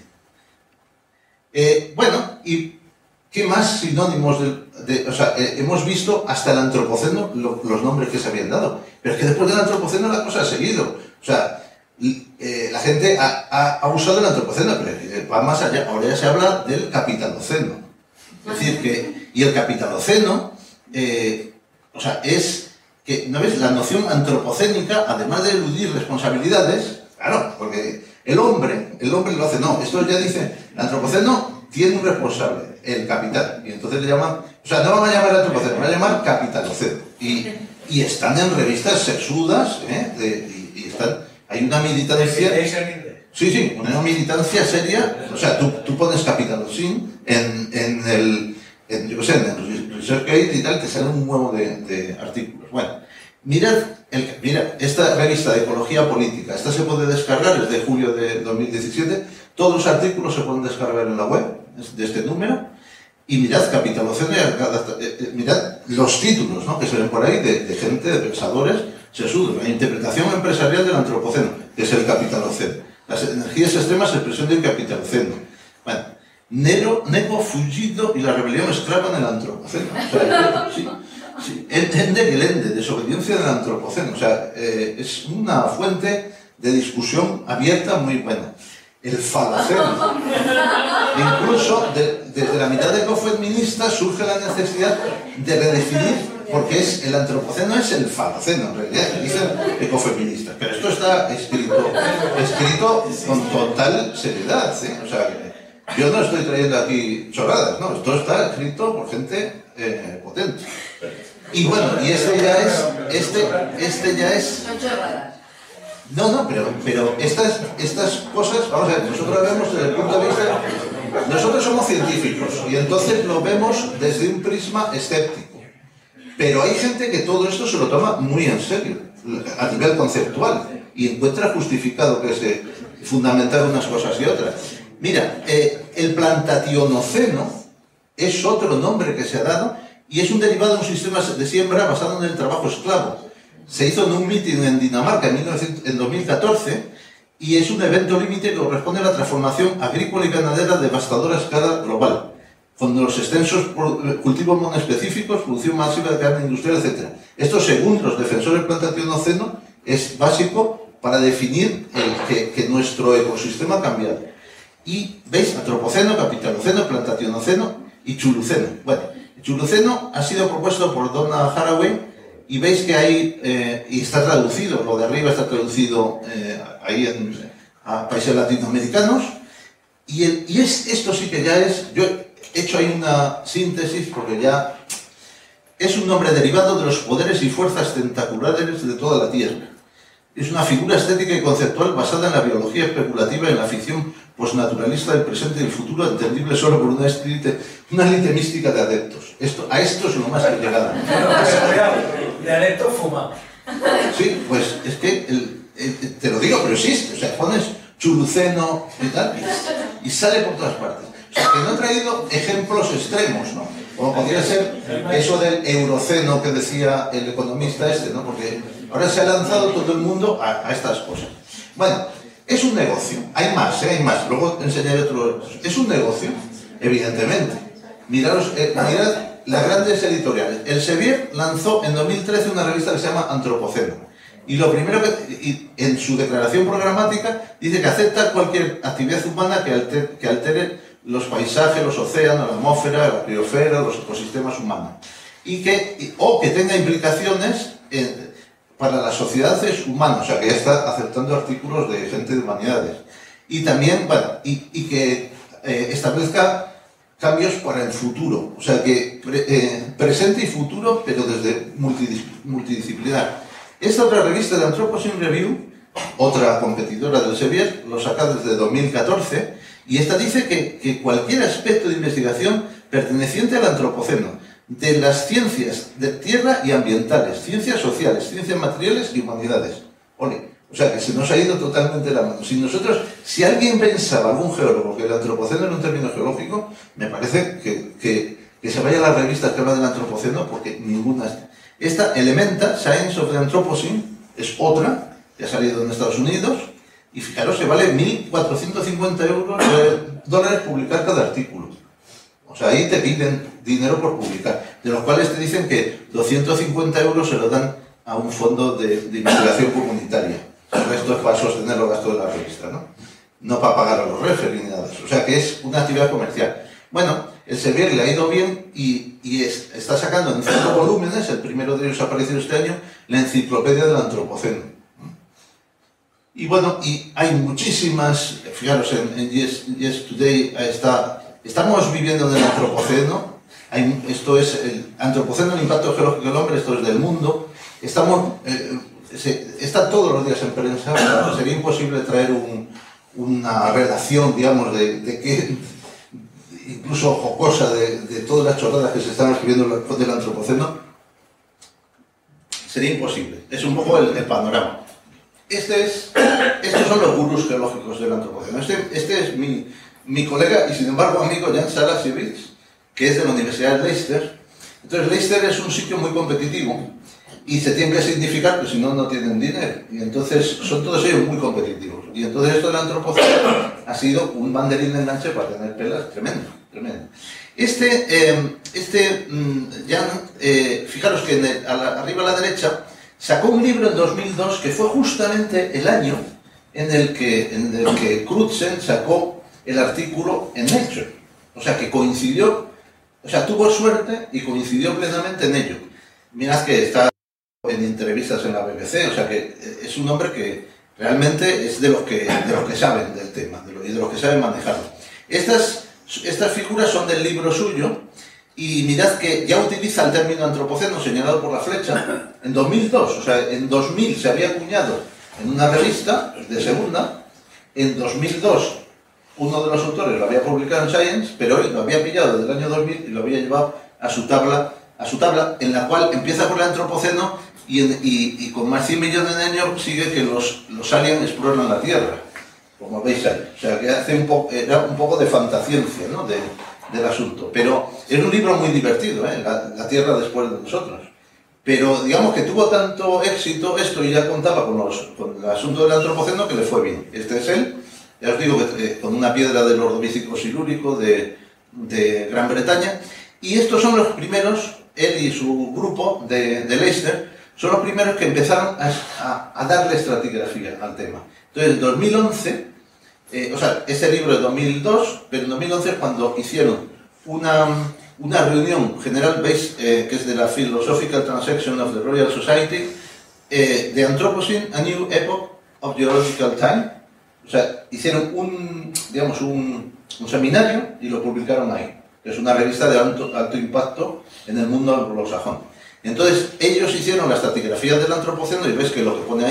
Bueno, y ¿qué más sinónimos o sea, hemos visto hasta el antropoceno los nombres que se habían dado. Pero es que después del antropoceno la cosa ha seguido. O sea, la gente ha usado el antropoceno, pero va más allá. Ahora ya se habla del capitaloceno. Es decir, que... Y el capitaloceno, o sea, es que, ¿no ves? La noción antropocénica, además de eludir responsabilidades, claro, porque el hombre lo hace, no, esto ya dice, el antropoceno tiene un responsable, el capital, y entonces le llaman, o sea, no van a llamar antropoceno, van a llamar capitaloceno, y están en revistas sesudas, y están, hay una militancia, sí, una militancia seria, o sea, tú pones capitaloceno en el ResearchGate y tal, te sale un huevo de artículos. Bueno, mirad esta revista de Ecología Política, esta se puede descargar, es de julio de 2017, todos los artículos se pueden descargar en la web de este número, y mirad capitaloceno, mirad los títulos, ¿no?, que se ven por ahí de gente, de pensadores sesudos, la interpretación empresarial del antropoceno, que es el capitaloceno, las energías extremas, expresión del capitaloceno. Bueno, Nero fugido y la rebelión esclava en el antropoceno. O sea, sí. Ende Gelende, desobediencia del antropoceno. O sea, es una fuente de discusión abierta muy buena. El faloceno. Incluso desde la mitad de ecofeministas surge la necesidad de redefinir, porque el antropoceno es el faloceno, en realidad, dicen ecofeministas. Pero esto está escrito con total seriedad, ¿sí? O sea, yo no estoy trayendo aquí chorradas, no, esto está escrito por gente potente. Y bueno, y este ya es... Son chorradas. No, pero estas cosas, vamos a ver, nosotros lo vemos desde el punto de vista... Nosotros somos científicos y entonces lo vemos desde un prisma escéptico. Pero hay gente que todo esto se lo toma muy en serio, a nivel conceptual, y encuentra justificado que se fundamentar unas cosas y otras. Mira, el plantationoceno es otro nombre que se ha dado y es un derivado de un sistema de siembra basado en el trabajo esclavo. Se hizo en un mitin en Dinamarca en 2014 y es un evento límite que corresponde a la transformación agrícola y ganadera devastadora a escala global, con los extensos cultivos monoespecíficos, producción masiva de carne industrial, etc. Esto, según los defensores del plantationoceno, es básico para definir que nuestro ecosistema ha cambiado. Y, ¿veis? Antropoceno, capitaloceno, plantationoceno y chuluceno. Bueno, el chuluceno ha sido propuesto por Donna Haraway y veis que hay, y está traducido, lo de arriba está traducido ahí a países latinoamericanos, y esto sí que ya es, yo he hecho ahí una síntesis porque ya es un nombre derivado de los poderes y fuerzas tentaculares de toda la Tierra. es una figura estética y conceptual basada en la biología especulativa y en la ficción postnaturalista del presente y del futuro, entendible solo por una élite mística de adeptos. A esto es lo más que llegada. De adepto fuma. Sí, pues es que, te lo digo, pero existe. O sea, pones Chuluceno y tal, y sale por todas partes. O sea, que no he traído ejemplos extremos, ¿no? Como podría ser eso del euroceno que decía el economista ¿no? Porque ahora se ha lanzado todo el mundo a estas cosas. Bueno, es un negocio. Hay más, hay más. Luego enseñaré otro. Es un negocio, evidentemente. Mirad las grandes editoriales. El Sevier lanzó en 2013 una revista que se llama Antropoceno. Y lo primero en su declaración programática, dice que acepta cualquier actividad humana que altere los paisajes, los océanos, la atmósfera, la criosfera, los ecosistemas humanos. O que tenga implicaciones para las sociedades humanas, o sea, que ya está aceptando artículos de gente de humanidades. Y también, bueno, y que establezca cambios para el futuro, o sea, que presente y futuro, pero desde multidisciplinar. Esta otra revista de Anthropocene Review, otra competidora del Sevier, lo saca desde 2014, y esta dice que cualquier aspecto de investigación perteneciente al antropoceno, de las ciencias de tierra y ambientales, ciencias sociales, ciencias materiales y humanidades. Ole, o sea, que se nos ha ido totalmente la mano. Si alguien pensaba, algún geólogo, que el antropoceno era un término geológico, me parece que se vaya a las revistas que hablan del antropoceno, porque ninguna... Esta Elementa, Science of the Anthropocene, es otra, que ha salido en Estados Unidos, y fijaros que vale 1.450 dólares publicar cada artículo. O sea, ahí te piden dinero por publicar, de los cuales te dicen que 250 euros se lo dan a un fondo de investigación comunitaria. El resto es para sostener los gastos de la revista, ¿no? No para pagar a los referees ni nada de eso. O sea, que es una actividad comercial. Bueno, el Sevier le ha ido bien y está sacando en 5 volúmenes, el primero de ellos ha aparecido este año, la enciclopedia del antropoceno. Y bueno, y hay muchísimas, fijaros, en Yes Today estamos viviendo en el antropoceno, esto es el antropoceno, el impacto geológico del hombre, esto es del mundo, está todos los días en prensa, sería imposible traer una redacción, digamos, de qué... incluso jocosa de todas las chorradas que se están escribiendo del antropoceno, sería imposible. Es un poco el panorama. Estos son los gurús geológicos del antropoceno. Este es mi colega y sin embargo amigo Jan Sarasiewicz, que es de la Universidad de Leicester. Entonces Leicester es un sitio muy competitivo y se tiene que significar, pues si no, no tienen dinero. Y entonces son todos ellos muy competitivos. Y entonces esto del antropoceno ha sido un banderín de enganche para tener pelas tremendo, tremendo. Jan, fijaros que arriba a la derecha, sacó un libro en 2002 que fue justamente el año en el que Crutzen sacó el artículo en Nature. O sea, que coincidió, o sea, tuvo suerte y coincidió plenamente en ello. Mirad que está en entrevistas en la BBC, o sea que es un hombre que realmente es de los que saben del tema y de los que saben manejarlo. Estas figuras son del libro suyo y mirad que ya utiliza el término antropoceno señalado por la flecha en 2002, o sea, en 2000 se había acuñado en una revista de segunda, en 2002 uno de los autores lo había publicado en Science, pero él lo había pillado desde el año 2000 y lo había llevado a su tabla en la cual empieza por el antropoceno y con más 100 millones de años sigue que los aliens exploran la Tierra, como veis ahí. O sea, que era un poco de fantasciencia, ¿no? del asunto. Pero es un libro muy divertido, ¿eh? La Tierra después de nosotros. Pero digamos que tuvo tanto éxito esto y ya contaba con el asunto del antropoceno que le fue bien. Este es él, ya os digo que con una piedra del ordovícico silúrico de Gran Bretaña. Y estos son los primeros, él y su grupo de Leicester, son los primeros que empezaron a darle estratigrafía al tema. Entonces, en 2011, o sea, este libro es 2002, pero en 2011 es cuando hicieron una reunión general que es de la Philosophical Transaction of the Royal Society, de Anthropocene, A New Epoch of Geological Time. O sea, hicieron un seminario y lo publicaron ahí. Es una revista de alto impacto en el mundo anglosajón. Entonces, ellos hicieron la estratigrafía del antropoceno y ves que lo que pone ahí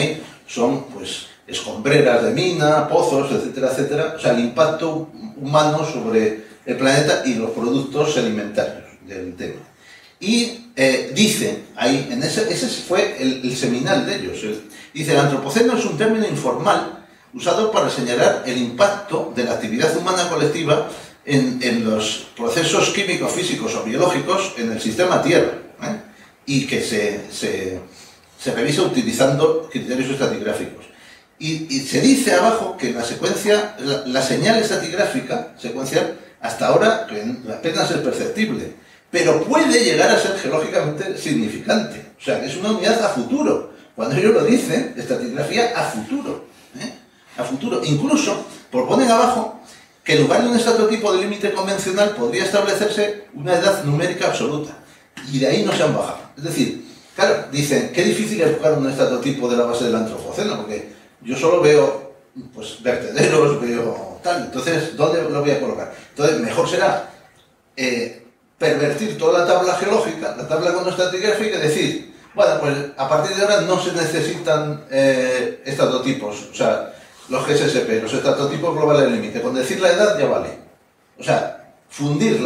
son pues escombreras de mina, pozos, etcétera, etcétera. O sea, el impacto humano sobre el planeta y los productos alimentarios del tema. Y dice, ahí, ese fue el seminal de ellos. Dice, el antropoceno es un término informal usado para señalar el impacto de la actividad humana colectiva en los procesos químicos, físicos o biológicos en el sistema Tierra, y que se revisa utilizando criterios estratigráficos. Y se dice abajo que la secuencia, la señal estratigráfica secuencial, hasta ahora apenas es perceptible, pero puede llegar a ser geológicamente significante. O sea, que es una unidad a futuro. Cuando ellos lo dicen, estratigrafía a futuro. A futuro. Incluso proponen abajo que en lugar de un estratotipo de límite convencional podría establecerse una edad numérica absoluta. Y de ahí no se han bajado. Es decir, claro, dicen, qué difícil es buscar un estratotipo de la base del antropoceno, porque yo solo veo pues vertederos, veo tal. Entonces, ¿dónde lo voy a colocar? Entonces, mejor será pervertir toda la tabla geológica, la tabla cronoestratigráfica, y decir, bueno, pues a partir de ahora no se necesitan estratotipos, o sea, los GSSP, los estratotipos globales del límite. Con decir la edad ya vale. O sea, fundir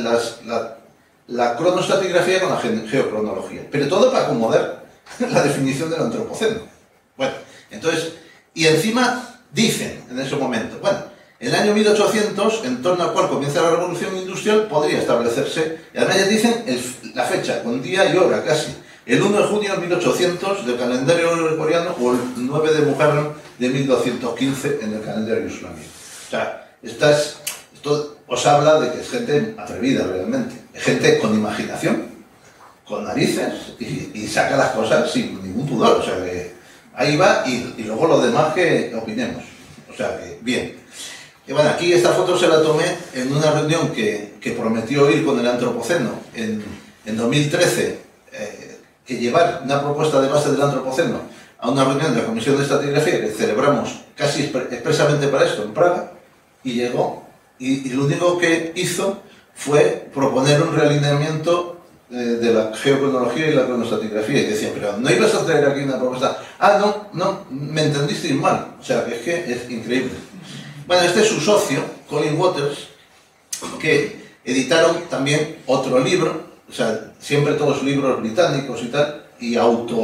la cronoestratigrafía con la geocronología. Pero todo para acomodar la definición del antropoceno. Bueno, entonces, y encima dicen en ese momento, bueno, el año 1800, en torno al cual comienza la revolución industrial, podría establecerse, y además ya dicen la fecha, con día y hora casi, el 1 de junio de 1800 del calendario gregoriano o el 9 de Muharram de 1215 en el calendario islámico. O sea, esto os habla de que es gente atrevida realmente, es gente con imaginación, con narices y saca las cosas sin ningún pudor. O sea que ahí va y luego lo demás que opinemos. O sea que bien. Y bueno, aquí esta foto se la tomé en una reunión que prometió ir con el antropoceno en 2013, que llevar una propuesta de base del antropoceno a una reunión de la Comisión de Estratigrafía que celebramos casi expresamente para esto en Praga, y llegó, y lo único que hizo fue proponer un realineamiento de la geocronología y la cronoestratigrafía, y decían, pero ¿no ibas a traer aquí una propuesta? Ah, no, me entendisteis mal. O sea, que es increíble. Bueno, este es su socio, Colin Waters, que editaron también otro libro, o sea, siempre todos libros británicos y tal, y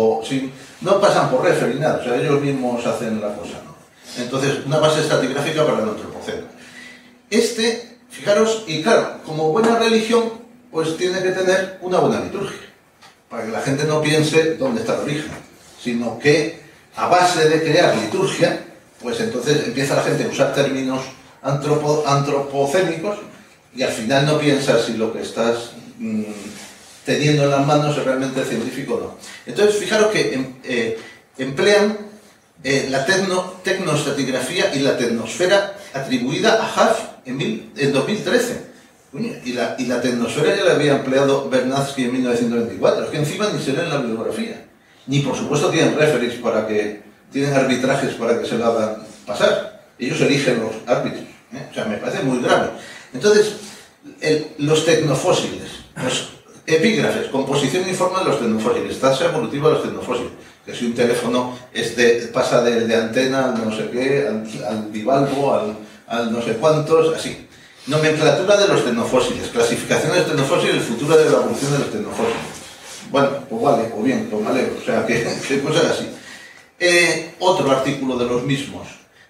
no pasan por refer ni nada, o sea, ellos mismos hacen la cosa, ¿no? Entonces, una base estratigráfica para el antropoceno. Fijaros, y claro, como buena religión, pues tiene que tener una buena liturgia, para que la gente no piense dónde está el origen, sino que a base de crear liturgia, pues entonces empieza la gente a usar términos antropocénicos y al final no piensas si lo que estás teniendo en las manos es realmente científico o no. Entonces, fijaros que emplean la tecnoestratigrafía y la tecnosfera atribuida a Huff en 2013. Y la tecnosfera ya la había empleado Vernadsky en 1924. Es que encima ni se lee en la bibliografía. Ni por supuesto tienen referees tienen arbitrajes para que se lo hagan pasar. Ellos eligen los árbitros. O sea, me parece muy grave. Entonces, los tecnofósiles, los epígrafes, composición informal de los tecnofósiles, tasa evolutiva de los tecnofósiles. Que si un teléfono pasa de antena al no sé qué, al bivalvo, al no sé cuántos, así. Nomenclatura de los tecnofósiles, clasificación de los tecnofósiles, futura de la evolución de los tecnofósiles. Bueno, pues vale, o bien, pues vale, o sea, que cosas así. Otro artículo de los mismos.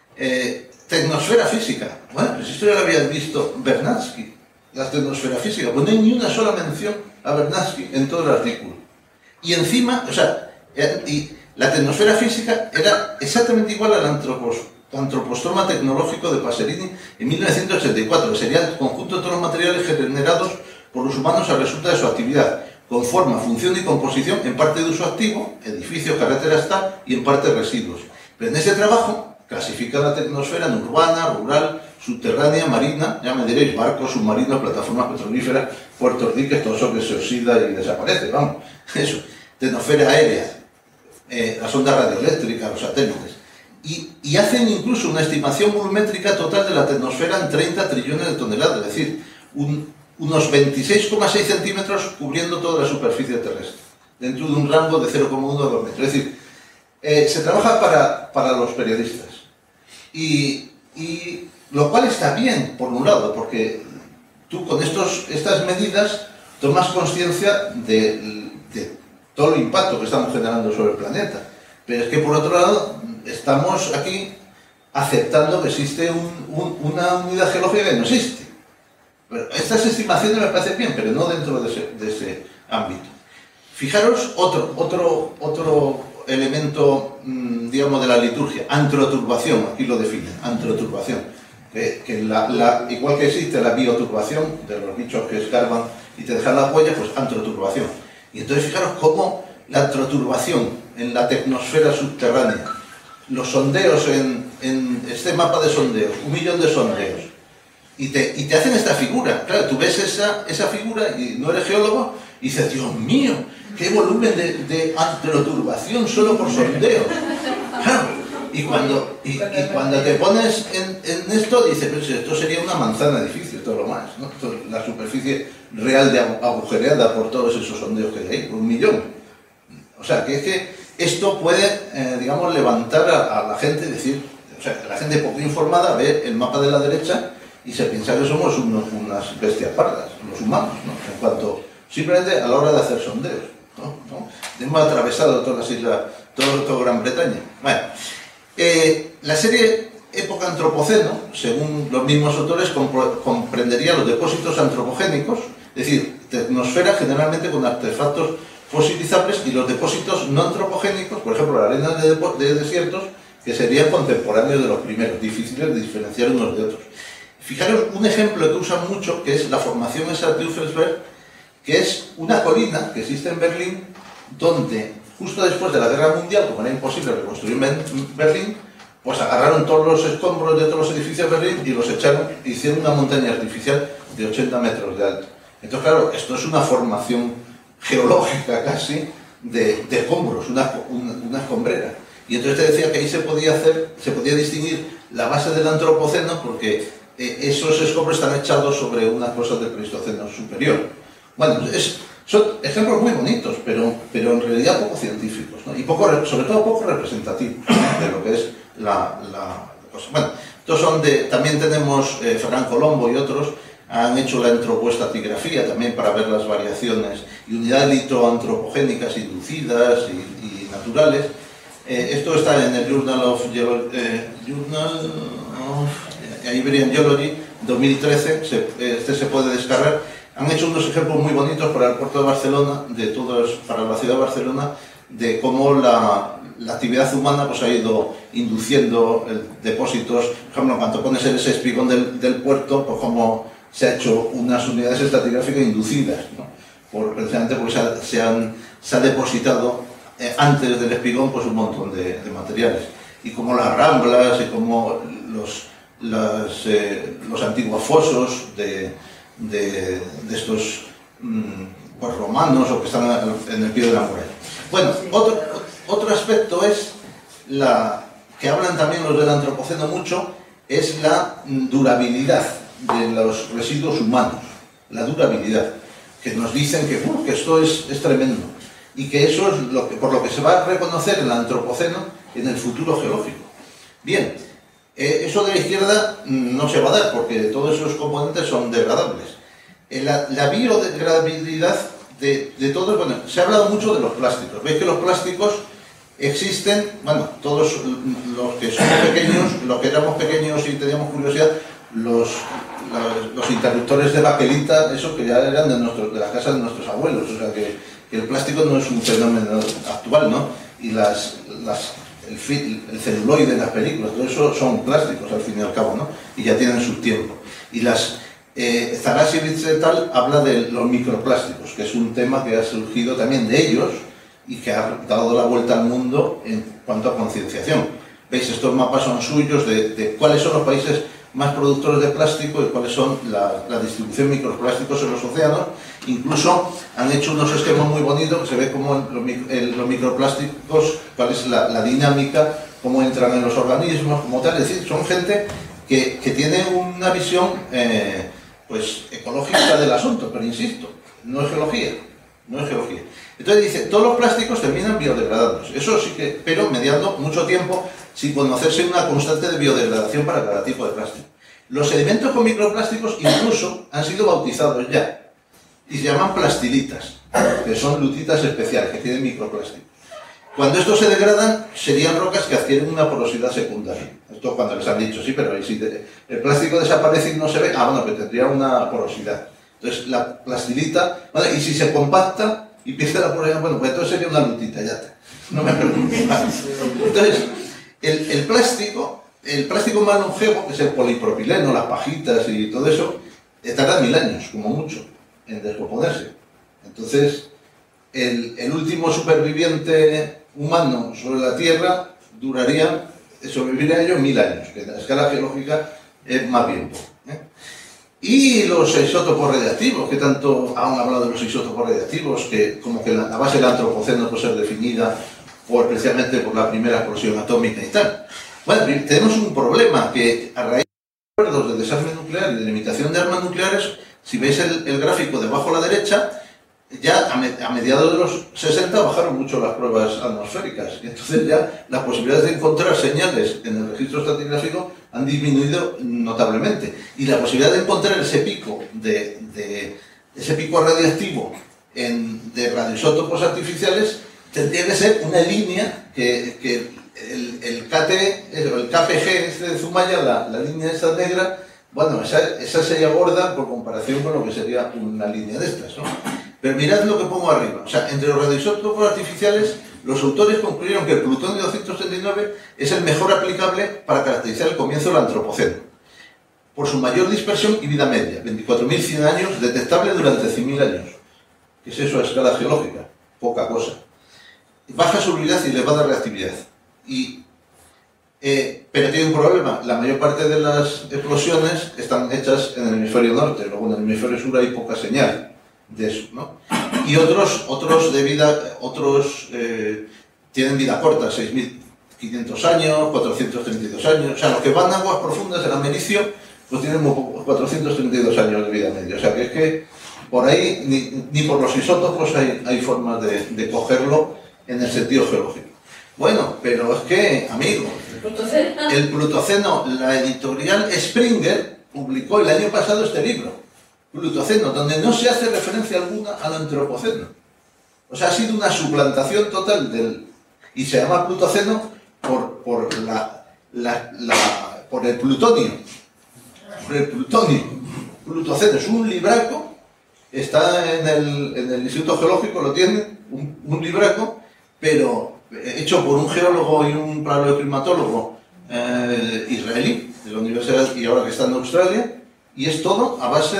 Tecnosfera física. Bueno, pues esto ya lo habían visto Vernadsky, la tecnosfera física. Pues no hay ni una sola mención a Vernadsky en todo el artículo. Y encima, o sea, y la tecnosfera física era exactamente igual al antropostroma tecnológico de Paserini en 1984, que sería el conjunto de todos los materiales generados por los humanos a resulta de su actividad, con forma, función y composición, en parte de uso activo, edificios, carreteras, tal, y en parte residuos. Pero en ese trabajo clasifica la tecnosfera en urbana, rural, subterránea, marina, ya me diréis, barcos, submarinos, plataformas petrolíferas, puertos, diques, todo eso que se oxida y desaparece, vamos, eso. Tecnosfera aérea, las ondas radioeléctricas, los satélites. Y hacen incluso una estimación volumétrica total de la tecnosfera en 30 trillones de toneladas, es decir, unos 26,6 centímetros cubriendo toda la superficie terrestre, dentro de un rango de 0,1 a 2 metros. Es decir, se trabaja para los periodistas. Y lo cual está bien, por un lado, porque tú con estas medidas tomas conciencia de todo el impacto que estamos generando sobre el planeta. Pero es que, por otro lado, estamos aquí aceptando que existe una unidad geológica que no existe. Pero estas estimaciones me parecen bien, pero no dentro de ese ámbito. Fijaros otro elemento, digamos, de la liturgia, antroturbación, aquí lo definen, antroturbación. Igual que existe la bioturbación, de los bichos que escarban y te dejan las huellas, pues antroturbación. Y entonces fijaros cómo la antroturbación en la tecnosfera subterránea, los sondeos en este mapa de sondeos, 1 millón de sondeos, y te hacen esta figura. Claro, tú ves esa figura y no eres geólogo y dices, Dios mío, qué volumen de antroturbación solo por sondeos. Claro, y cuando te pones en esto, dices, pero si esto sería una manzana de edificio, todo lo más, ¿no? La superficie real de agujereada por todos esos sondeos que hay ahí, 1 millón. O sea, que es que esto puede, digamos, levantar a la gente, decir, o sea, la gente poco informada ve el mapa de la derecha y se piensa que somos unas bestias pardas, los humanos, ¿no? En cuanto, simplemente a la hora de hacer sondeos, ¿no? Hemos atravesado todas las islas, todo Gran Bretaña. Bueno, la serie época antropoceno, según los mismos autores, comprendería los depósitos antropogénicos, es decir, tecnosfera generalmente con artefactos fosilizables, y los depósitos no antropogénicos, por ejemplo, la arena de desiertos, que serían contemporáneos de los primeros, difíciles de diferenciar unos de otros. Fijaros un ejemplo que usan mucho, que es la formación esa de Teufelsberg, que es una colina que existe en Berlín, donde justo después de la Guerra Mundial, como era imposible reconstruir Berlín, pues agarraron todos los escombros de todos los edificios de Berlín y los echaron, e hicieron una montaña artificial de 80 metros de alto. Entonces, claro, esto es una formación geológica casi de escombros, una escombrera. Y entonces te decía que ahí se podía distinguir la base del antropoceno, porque esos escombros están echados sobre unas cosas del Pleistoceno superior. Bueno, son ejemplos muy bonitos, pero en realidad poco científicos, ¿no? Y sobre todo poco representativos, ¿no?, de lo que es la cosa. Bueno, estos también tenemos Ferran Colombo y otros han hecho la antropoestratigrafía también para ver las variaciones y unidades litoantropogénicas inducidas y naturales. Esto está en el Journal of Iberian Geology 2013, este se puede descargar. Han hecho unos ejemplos muy bonitos para el puerto de Barcelona, para la ciudad de Barcelona, de cómo la actividad humana pues ha ido induciendo depósitos. Por ejemplo, cuando pones en ese espigón del puerto, pues cómo se ha hecho unas unidades estratigráficas inducidas, ¿no? Precisamente porque se ha depositado antes del espigón pues un montón de materiales. Y como las ramblas y como los antiguos fosos de estos pues, romanos o que están en el pie de la muralla. Bueno, otro aspecto es que hablan también los del antropoceno mucho, es la durabilidad de los residuos humanos, la durabilidad, que nos dicen que esto es tremendo y que eso es por lo que se va a reconocer el antropoceno en el futuro geológico. Bien, eso de la izquierda no se va a dar porque todos esos componentes son degradables. La biodegradabilidad de todos, bueno, se ha hablado mucho de los plásticos. Veis que los plásticos existen, bueno, todos los que somos pequeños, los que éramos pequeños y teníamos curiosidad, los interruptores de baquelita, eso que ya eran de las casas de nuestros abuelos, o sea que el plástico no es un fenómeno actual, ¿no? Y el celuloide de las películas, todo eso son plásticos al fin y al cabo, ¿no? Y ya tienen su tiempo. Y Zarasiewicz et al. Habla de los microplásticos, que es un tema que ha surgido también de ellos y que ha dado la vuelta al mundo en cuanto a concienciación. Veis, estos mapas son suyos de cuáles son los países más productores de plástico y cuáles son la distribución de microplásticos en los océanos. Incluso han hecho unos esquemas muy bonitos que se ve como los microplásticos, cuál es la dinámica, cómo entran en los organismos, como tal. Es decir, son gente que tiene una visión pues ecológica del asunto, pero insisto, no es geología, no es geología. Entonces dice, todos los plásticos terminan biodegradándose. Eso sí que, pero mediando mucho tiempo sin conocerse una constante de biodegradación para cada tipo de plástico. Los sedimentos con microplásticos incluso han sido bautizados ya y se llaman plastilitas, que son lutitas especiales que tienen microplásticos. Cuando estos se degradan, serían rocas que adquieren una porosidad secundaria. Esto cuando les han dicho, sí, pero si el plástico desaparece y no se ve, bueno, que tendría una porosidad. Entonces, la plastilita, ¿vale? Y si se compacta y pierde la porosidad, bueno, pues entonces sería una lutita, ya está. No me preocupes más. Entonces, el plástico más longevo, que es el polipropileno, las pajitas y todo eso, tarda 1000 años, como mucho, en descomponerse. Entonces, el último superviviente humano sobre la Tierra sobreviviría ellos 1000 años, que en la escala geológica es más tiempo. Y los isótopos radiactivos, que tanto han hablado de los isótopos radiactivos, que como que la base del antropoceno puede ser definida precisamente por la primera explosión atómica y tal. Bueno, tenemos un problema, que a raíz de acuerdos de desarme nuclear y de limitación de armas nucleares, si veis el gráfico debajo a la derecha, ya a mediados de los 60 bajaron mucho las pruebas atmosféricas. Y entonces ya las posibilidades de encontrar señales en el registro estratigráfico han disminuido notablemente. Y la posibilidad de encontrar ese pico ese pico radiactivo de radioisótopos artificiales tendría que ser una línea que el KPG de Zumaya, la línea esa negra, bueno, esa sería gorda por comparación con lo que sería una línea de estas, ¿no? Pero mirad lo que pongo arriba. O sea, entre los radioisótopos artificiales, los autores concluyeron que el plutonio 239 es el mejor aplicable para caracterizar el comienzo del antropoceno, por su mayor dispersión y vida media, 24.100 años, detectable durante 100.000 años. ¿Qué es eso a escala geológica? Poca cosa. Baja solubilidad y elevada reactividad. Pero tiene un problema. La mayor parte de las explosiones están hechas en el hemisferio norte, luego en el hemisferio sur hay poca señal de eso, ¿no? Y otros tienen vida corta, 6.500 años, 432 años. O sea, los que van a aguas profundas, el americio, pues tienen 432 años de vida media. O sea, que es que por ahí, ni por los isótopos hay formas de cogerlo en el sentido geológico. Bueno, pero es que, amigos, el Plutoceno, la editorial Springer publicó el año pasado este libro, Plutoceno, donde no se hace referencia alguna al antropoceno. O sea, ha sido una suplantación total y se llama Plutoceno por el plutonio. Por el plutonio. Plutoceno es un libraco, está en el Instituto Geológico, lo tienen, un libraco, pero hecho por un geólogo y un paleoclimatólogo israelí de la universidad y ahora que está en Australia, y es todo a base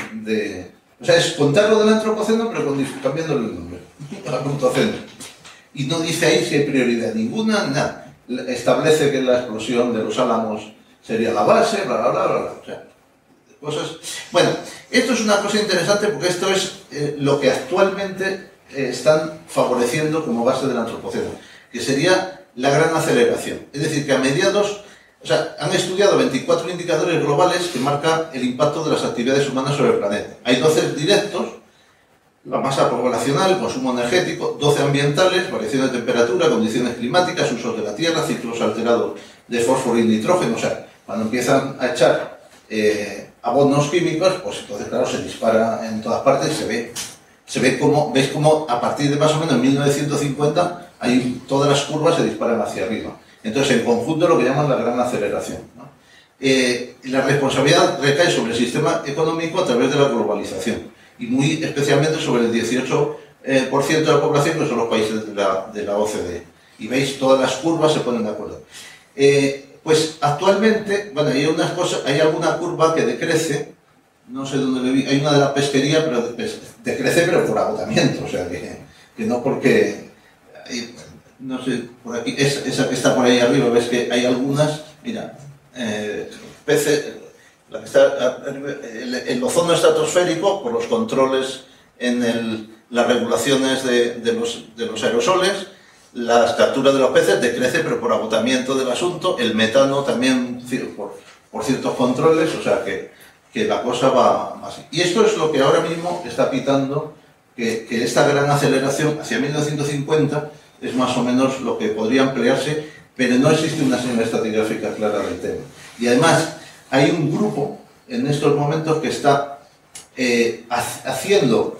o sea, es contar lo del antropoceno pero cambiándole el nombre al Plutoceno, y no dice ahí si hay prioridad ninguna, nada. Establece que la explosión de los álamos sería la base, bla bla bla bla, bla. O sea, cosas. Bueno, esto es una cosa interesante porque esto es lo que actualmente están favoreciendo como base del antropoceno, que sería la gran aceleración. Es decir, que a mediados, o sea, han estudiado 24 indicadores globales que marcan el impacto de las actividades humanas sobre el planeta. Hay 12 directos, la masa poblacional, consumo energético, 12 ambientales, variaciones de temperatura, condiciones climáticas, usos de la tierra, ciclos alterados de fósforo y nitrógeno. O sea, cuando empiezan a echar abonos químicos, pues entonces, claro, se dispara en todas partes y se ve como, veis como a partir de más o menos 1950 todas las curvas se disparan hacia arriba. Entonces, en conjunto, lo que llaman la gran aceleración, ¿no? La responsabilidad recae sobre el sistema económico a través de la globalización y muy especialmente sobre el 18% de la población, que son los países de la OCDE. Y veis, todas las curvas se ponen de acuerdo. Pues actualmente, bueno, hay alguna curva que decrece, no sé dónde le vi, hay una de la pesquería, pero decrece pero por agotamiento, o sea, que no porque, no sé, por aquí, esa que está por ahí arriba, ves que hay algunas, mira, peces, la que está, el ozono estratosférico, por los controles en las regulaciones de los aerosoles, las capturas de los peces decrece pero por agotamiento del asunto, el metano también por ciertos controles, o sea que la cosa va así. Y esto es lo que ahora mismo está pitando que esta gran aceleración hacia 1950 es más o menos lo que podría emplearse, pero no existe una señal estratigráfica clara del tema. Y además hay un grupo en estos momentos que está haciendo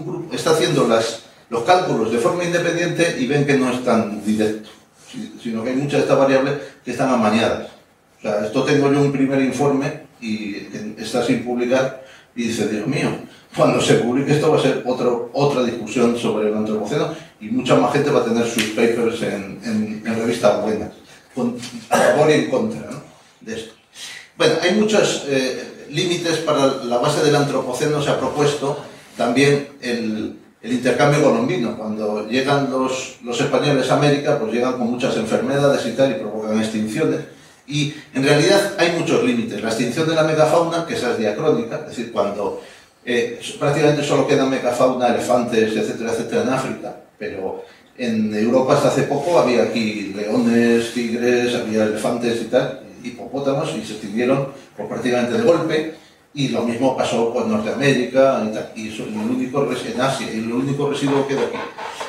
los cálculos de forma independiente y ven que no es tan directo, sino que hay muchas de estas variables que están amañadas. O sea, esto tengo yo un primer informe y está sin publicar y dice, Dios mío, cuando se publique esto va a ser otra discusión sobre el antropoceno y mucha más gente va a tener sus papers en revistas buenas, a favor y en contra, ¿no?, de esto. Bueno, hay muchos límites para la base del antropoceno. Se ha propuesto también el intercambio colombino. Cuando llegan los españoles a América, pues llegan con muchas enfermedades y tal y provocan extinciones. Y en realidad hay muchos límites. La extinción de la megafauna, que esa es diacrónica, es decir, cuando prácticamente solo queda megafauna, elefantes, etcétera, etcétera, en África, pero en Europa hasta hace poco había aquí leones, tigres, había elefantes y tal, hipopótamos, y se extinguieron pues, prácticamente de golpe, y lo mismo pasó con Norteamérica y tal, y eso, en Asia, y el único residuo queda aquí.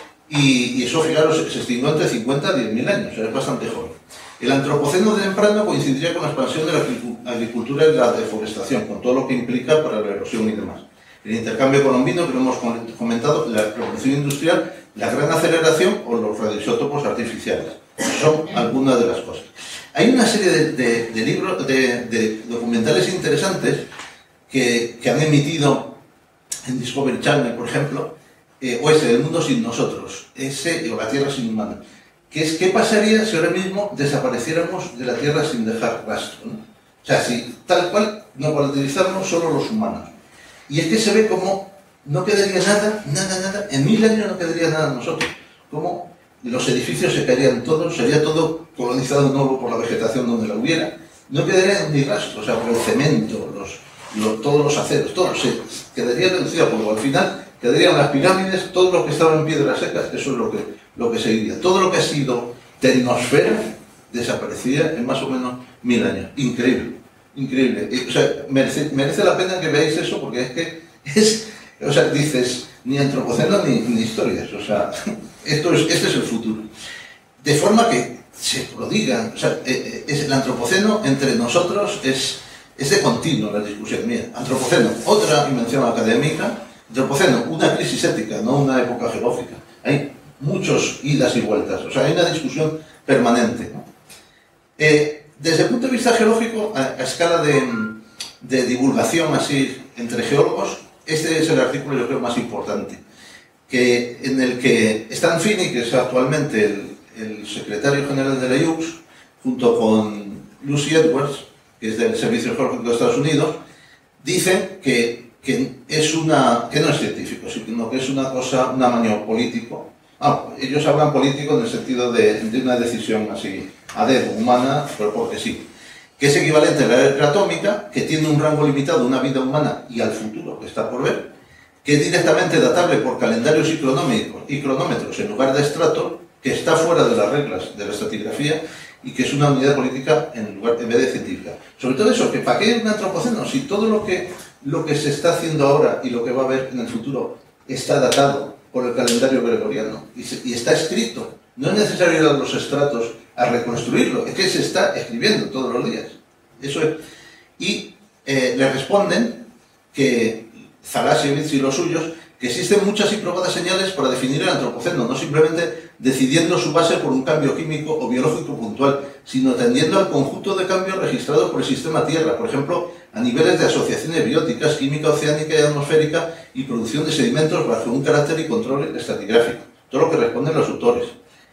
Y eso, fijaros, se extinguió entre 50 y 10.000 años, es bastante joven. El antropoceno temprano coincidiría con la expansión de la agricultura y la deforestación, con todo lo que implica para la erosión y demás. El intercambio colombino, que lo hemos comentado, la revolución industrial, la gran aceleración o los radioisótopos artificiales. Son algunas de las cosas. Hay una serie de libros, de documentales interesantes que han emitido en Discovery Channel, por ejemplo, o El mundo sin nosotros, o La Tierra sin humanos, que es qué pasaría si ahora mismo desapareciéramos de la Tierra sin dejar rastro, ¿no? O sea, si tal cual nos volatilizamos solo los humanos. Y es que se ve como no quedaría nada, en 1000 años no quedaría nada de nosotros, como los edificios se caerían todos, sería todo colonizado de nuevo por la vegetación donde la hubiera, no quedaría ni rastro, o sea, por el cemento, todos los aceros, todo se quedaría reducido a polvo. Al final quedarían las pirámides, todo lo que estaba en piedras secas, eso es lo que seguiría. Todo lo que ha sido tecnosfera desaparecía en más o menos 1000 años. Increíble, increíble. O sea, merece la pena que veáis eso, porque es que o sea, dices, ni antropoceno ni historias, o sea, este es el futuro. De forma que se prodigan, o sea, el antropoceno entre nosotros es de continuo la discusión. Mira, antropoceno, otra invención académica, antropoceno, una crisis ética, no una época geológica. Hay muchos idas y vueltas, o sea, hay una discusión permanente, ¿no? Desde el punto de vista geológico, a escala de divulgación así entre geólogos, este es el artículo yo creo más importante, en el que Stan Finney, que es actualmente el secretario general de la IUCS, junto con Lucy Edwards, que es del Servicio Geológico de Estados Unidos, dicen que no es científico, sino que es una cosa, un amaño político. Ellos hablan político en el sentido de una decisión así, a dedo, humana, pero porque sí, que es equivalente a la era atómica, que tiene un rango limitado a una vida humana y al futuro que está por ver, que es directamente datable por calendarios y cronómetros en lugar de estrato, que está fuera de las reglas de la estratigrafía y que es una unidad política en vez de científica. Sobre todo eso, que ¿para qué un antropoceno? Si todo lo que se está haciendo ahora y lo que va a haber en el futuro está datado por el calendario gregoriano y está escrito. No es necesario ir a los estratos a reconstruirlo, es que se está escribiendo todos los días. Eso es. Y le responden que Zalasiewicz y los suyos, que existen muchas y probadas señales para definir el antropoceno, no simplemente decidiendo su base por un cambio químico o biológico puntual, sino atendiendo al conjunto de cambios registrados por el sistema Tierra, por ejemplo, a niveles de asociaciones bióticas, química oceánica y atmosférica y producción de sedimentos bajo un carácter y control estratigráfico. Todo lo que responden los autores.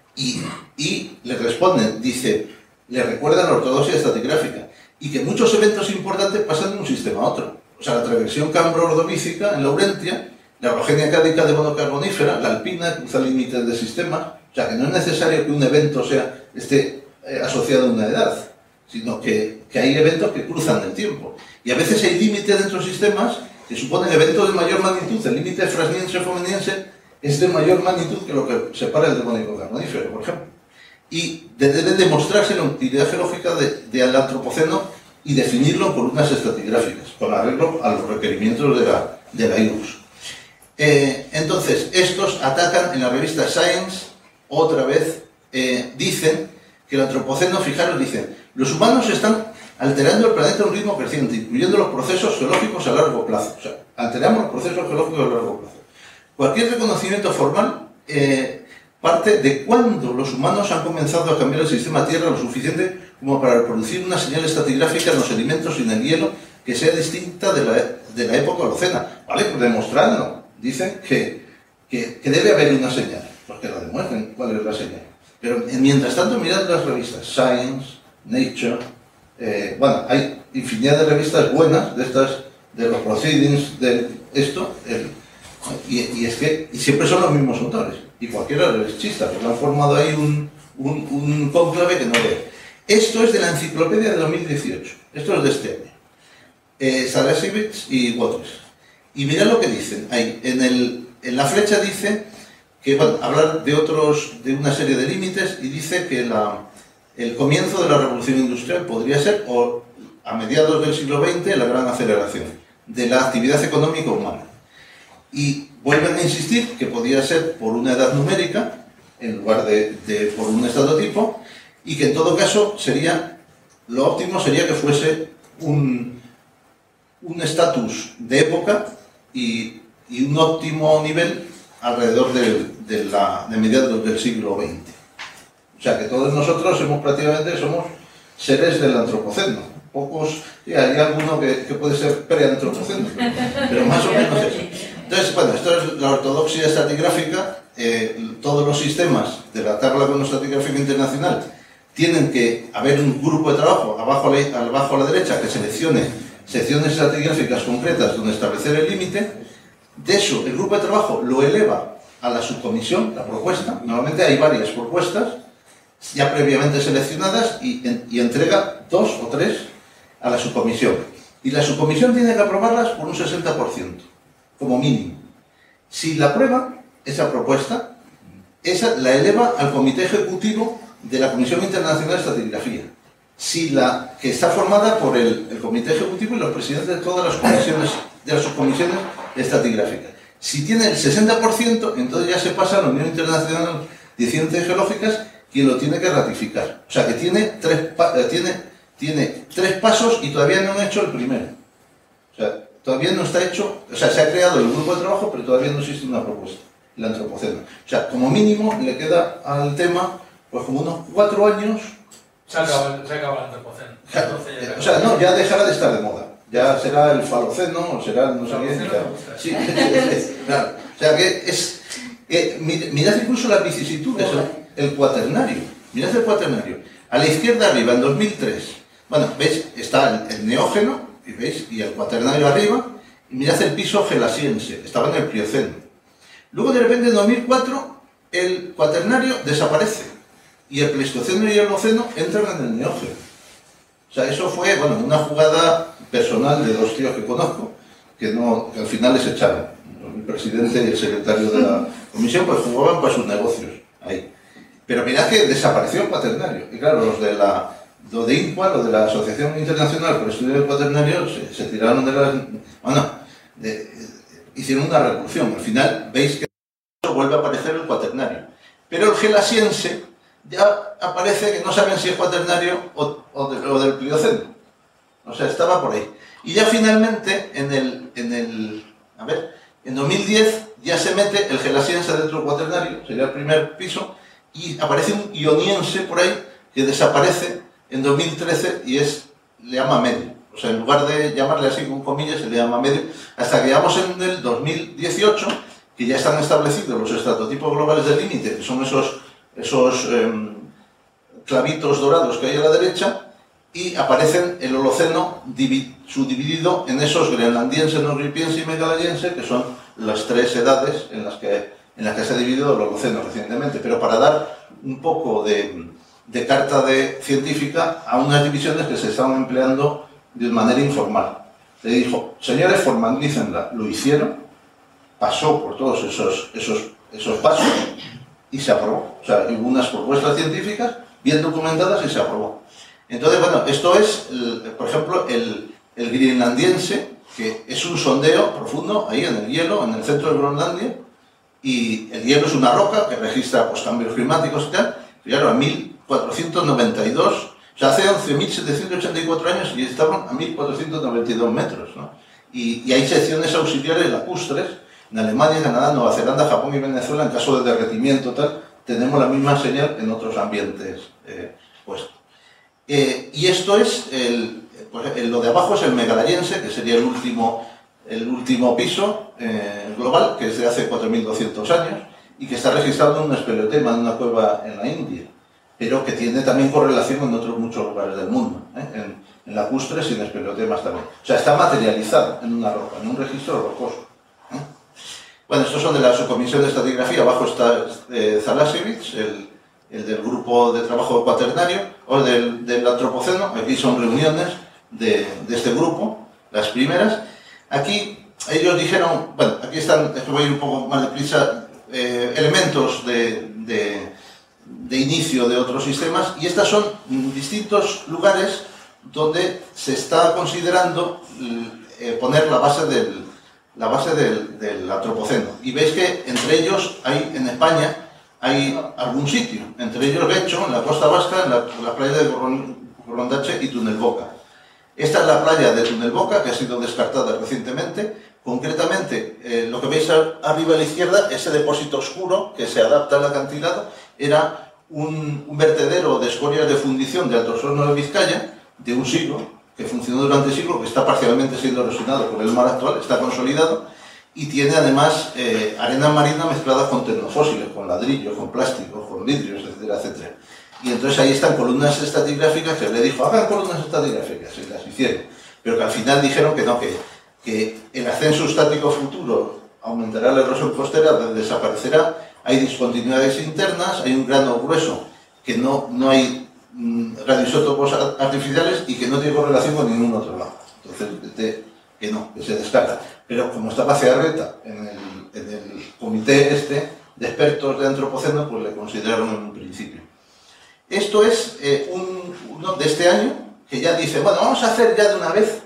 Y le responden, le recuerdan la ortodoxia estratigráfica y que muchos eventos importantes pasan de un sistema a otro. O sea, la transversión cambro-ordovícica en Laurentia, la orogenia cádica de monocarbonífera, la alpina, cruza límites de sistemas. O sea, que no es necesario que un evento esté asociado a una edad, sino que hay eventos que cruzan el tiempo. Y a veces hay límites dentro de sistemas que suponen eventos de mayor magnitud. El límite frasniense-fomeniense es de mayor magnitud que lo que separa el devónico carbonífero, por ejemplo. Y debe demostrarse la utilidad geológica del antropoceno y definirlo por unas estratigráficas, con arreglo a los requerimientos de la IUCS. Entonces, estos atacan en la revista Science, otra vez, dicen que el antropoceno, fijaros, dicen, los humanos están alterando el planeta a un ritmo creciente, incluyendo los procesos geológicos a largo plazo. O sea, alteramos los procesos geológicos a largo plazo. Cualquier reconocimiento formal parte de cuándo los humanos han comenzado a cambiar el sistema Tierra lo suficiente como para producir una señal estratigráfica en los sedimentos y en el hielo que sea distinta de la época holocena. ¿Vale? Pues demostrando. Dicen que debe haber una señal. Pues que la demuestren cuál es la señal. Pero mientras tanto, mirad las revistas Science, Nature. Bueno, hay infinidad de revistas buenas de estas, de los proceedings de esto. Y es que siempre son los mismos autores. Y cualquiera es chista, porque han formado ahí un cónclave que no ve. Esto es de la enciclopedia de 2018. Esto es de este año. Sarasevich y Waters. Y mirad lo que dicen. Ahí, en la flecha dice que van a hablar de una serie de límites y dice que el comienzo de la revolución industrial podría ser, o a mediados del siglo XX, la gran aceleración de la actividad económica humana. Y vuelven a insistir que podía ser por una edad numérica, en lugar de por un estatotipo, y que en todo caso lo óptimo sería que fuese un estatus de época y un óptimo nivel alrededor de mediados del siglo XX. O sea que todos nosotros prácticamente somos seres del antropoceno. Pocos, hay alguno que puede ser preantropoceno, pero más o menos eso. Entonces, bueno, esto es la ortodoxia estratigráfica. Todos los sistemas de la tabla cronoestratigráfica internacional tienen que haber un grupo de trabajo abajo a la derecha que seleccione secciones estratigráficas concretas donde establecer el límite. De eso, el grupo de trabajo lo eleva a la subcomisión, la propuesta. Normalmente hay varias propuestas ya previamente seleccionadas y entrega 2 o 3 a la subcomisión. Y la subcomisión tiene que aprobarlas por un 60%, como mínimo. Si la aprueba esa propuesta, esa la eleva al comité ejecutivo de la Comisión Internacional de Estratigrafía. Que está formada por el comité ejecutivo y los presidentes de todas las comisiones, de las subcomisiones estratigráficas. Si tiene el 60%, entonces ya se pasa a la Unión Internacional de Ciencias Geológicas, quien lo tiene que ratificar. O sea que tiene tres pasos y todavía no han hecho el primero. O sea, todavía no está hecho, o sea, se ha creado el grupo de trabajo, pero todavía no existe una propuesta, el antropoceno. O sea, como mínimo le queda al tema, pues como unos 4 años. Se acaba el antropoceno. O sea, no, ya dejará de estar de moda. Ya será el faloceno, o será no sé qué. Sí, claro. O sea que es. Mirad incluso las vicisitudes, el cuaternario. Mirad el cuaternario. A la izquierda arriba, en 2003. Bueno, veis, está el neógeno, y veis, y el cuaternario arriba. Y mirad el piso gelasiense, estaba en el Plioceno. Luego, de repente, en 2004, el cuaternario desaparece. Y el Pleistoceno y el Holoceno entran en el neógeno. O sea, eso fue, bueno, una jugada personal de 2 tíos que conozco, que al final les echaron. El presidente y el secretario de la comisión pues jugaban para sus negocios ahí. Pero mirad que desapareció el cuaternario. Y claro, lo de INCUA, lo de la Asociación Internacional para el Estudio del Cuaternario, se tiraron de las... Bueno, hicieron una revolución. Al final veis que vuelve a aparecer el cuaternario. Pero el gelasiense ya aparece que no saben si es cuaternario o del Plioceno. O sea, estaba por ahí. Y ya finalmente, en 2010 ya se mete el gelasiense dentro del cuaternario, sería el primer piso, y aparece un ioniense por ahí que desaparece en 2013 y le llama medio. O sea, en lugar de llamarle así con comillas, se le llama medio, hasta que llegamos en el 2018, que ya están establecidos los estratotipos globales del límite, que son esos clavitos dorados que hay a la derecha, y aparecen el Holoceno subdividido en esos groenlandiense, nogrippiense y megalayense, que son las 3 edades en las que se ha dividido el Holoceno recientemente. Pero para dar un poco de carta científica a unas divisiones que se estaban empleando de manera informal. Le dijo, señores, formalícenla. Lo hicieron, pasó por todos esos pasos y se aprobó. O sea, hubo unas propuestas científicas bien documentadas y se aprobó. Entonces, bueno, esto es, por ejemplo, el groenlandiense que es un sondeo profundo ahí en el hielo, en el centro de Groenlandia, y el hielo es una roca que registra pues, cambios climáticos y tal, y claro, a 1492, o sea, hace 11.784 años y estaban a 1492 metros, ¿no? Y hay secciones auxiliares lacustres en Alemania, Canadá, Nueva Zelanda, Japón y Venezuela. En caso de derretimiento tal, tenemos la misma señal en otros ambientes puestos. Y esto es, lo de abajo es el Meghalaiense, que sería el último piso global, que es de hace 4.200 años, y que está registrado en un espeleotema, en una cueva en la India, pero que tiene también correlación en otros muchos lugares del mundo, en lacustres y en espeleotemas también. O sea, está materializado en una roca, en un registro rocoso. Bueno, estos son de la subcomisión de estratigrafía. Abajo está Zalasiewicz, el del grupo de trabajo cuaternario, o del antropoceno. Aquí son reuniones de este grupo, las primeras. Aquí ellos dijeron, bueno, aquí están, es que voy a ir un poco más deprisa, elementos de inicio de otros sistemas, y estos son distintos lugares donde se está considerando poner la base del antropoceno. Y veis que entre ellos hay, en España, hay algún sitio, entre ellos Guecho, en la costa vasca, en la playa de Gorondache y Tunelboca. Esta es la playa de Tunelboca, que ha sido descartada recientemente. Concretamente, lo que veis arriba a la izquierda, ese depósito oscuro que se adapta al acantilado, era un vertedero de escorias de fundición de Alto Hornos de Vizcaya, de un siglo, que funcionó durante siglos, que está parcialmente siendo erosionado por el mar actual, está consolidado, y tiene además arena marina mezclada con tecnofósiles, con ladrillos, con plásticos, con vidrios, etcétera, etcétera. Y entonces ahí están columnas estratigráficas, que le dijo, hagan columnas estratigráficas, y las hicieron. Pero que al final dijeron que no, que el ascenso estático futuro aumentará la erosión costera, desaparecerá, hay discontinuidades internas, hay un grano grueso, que no hay radioisótopos artificiales y que no tiene correlación con ningún otro lado. Entonces, que se descarta. Pero como estaba Cearreta en el comité de expertos de antropoceno, pues le consideraron en un principio. Esto es uno de este año, que ya dice, bueno, vamos a hacer ya de una vez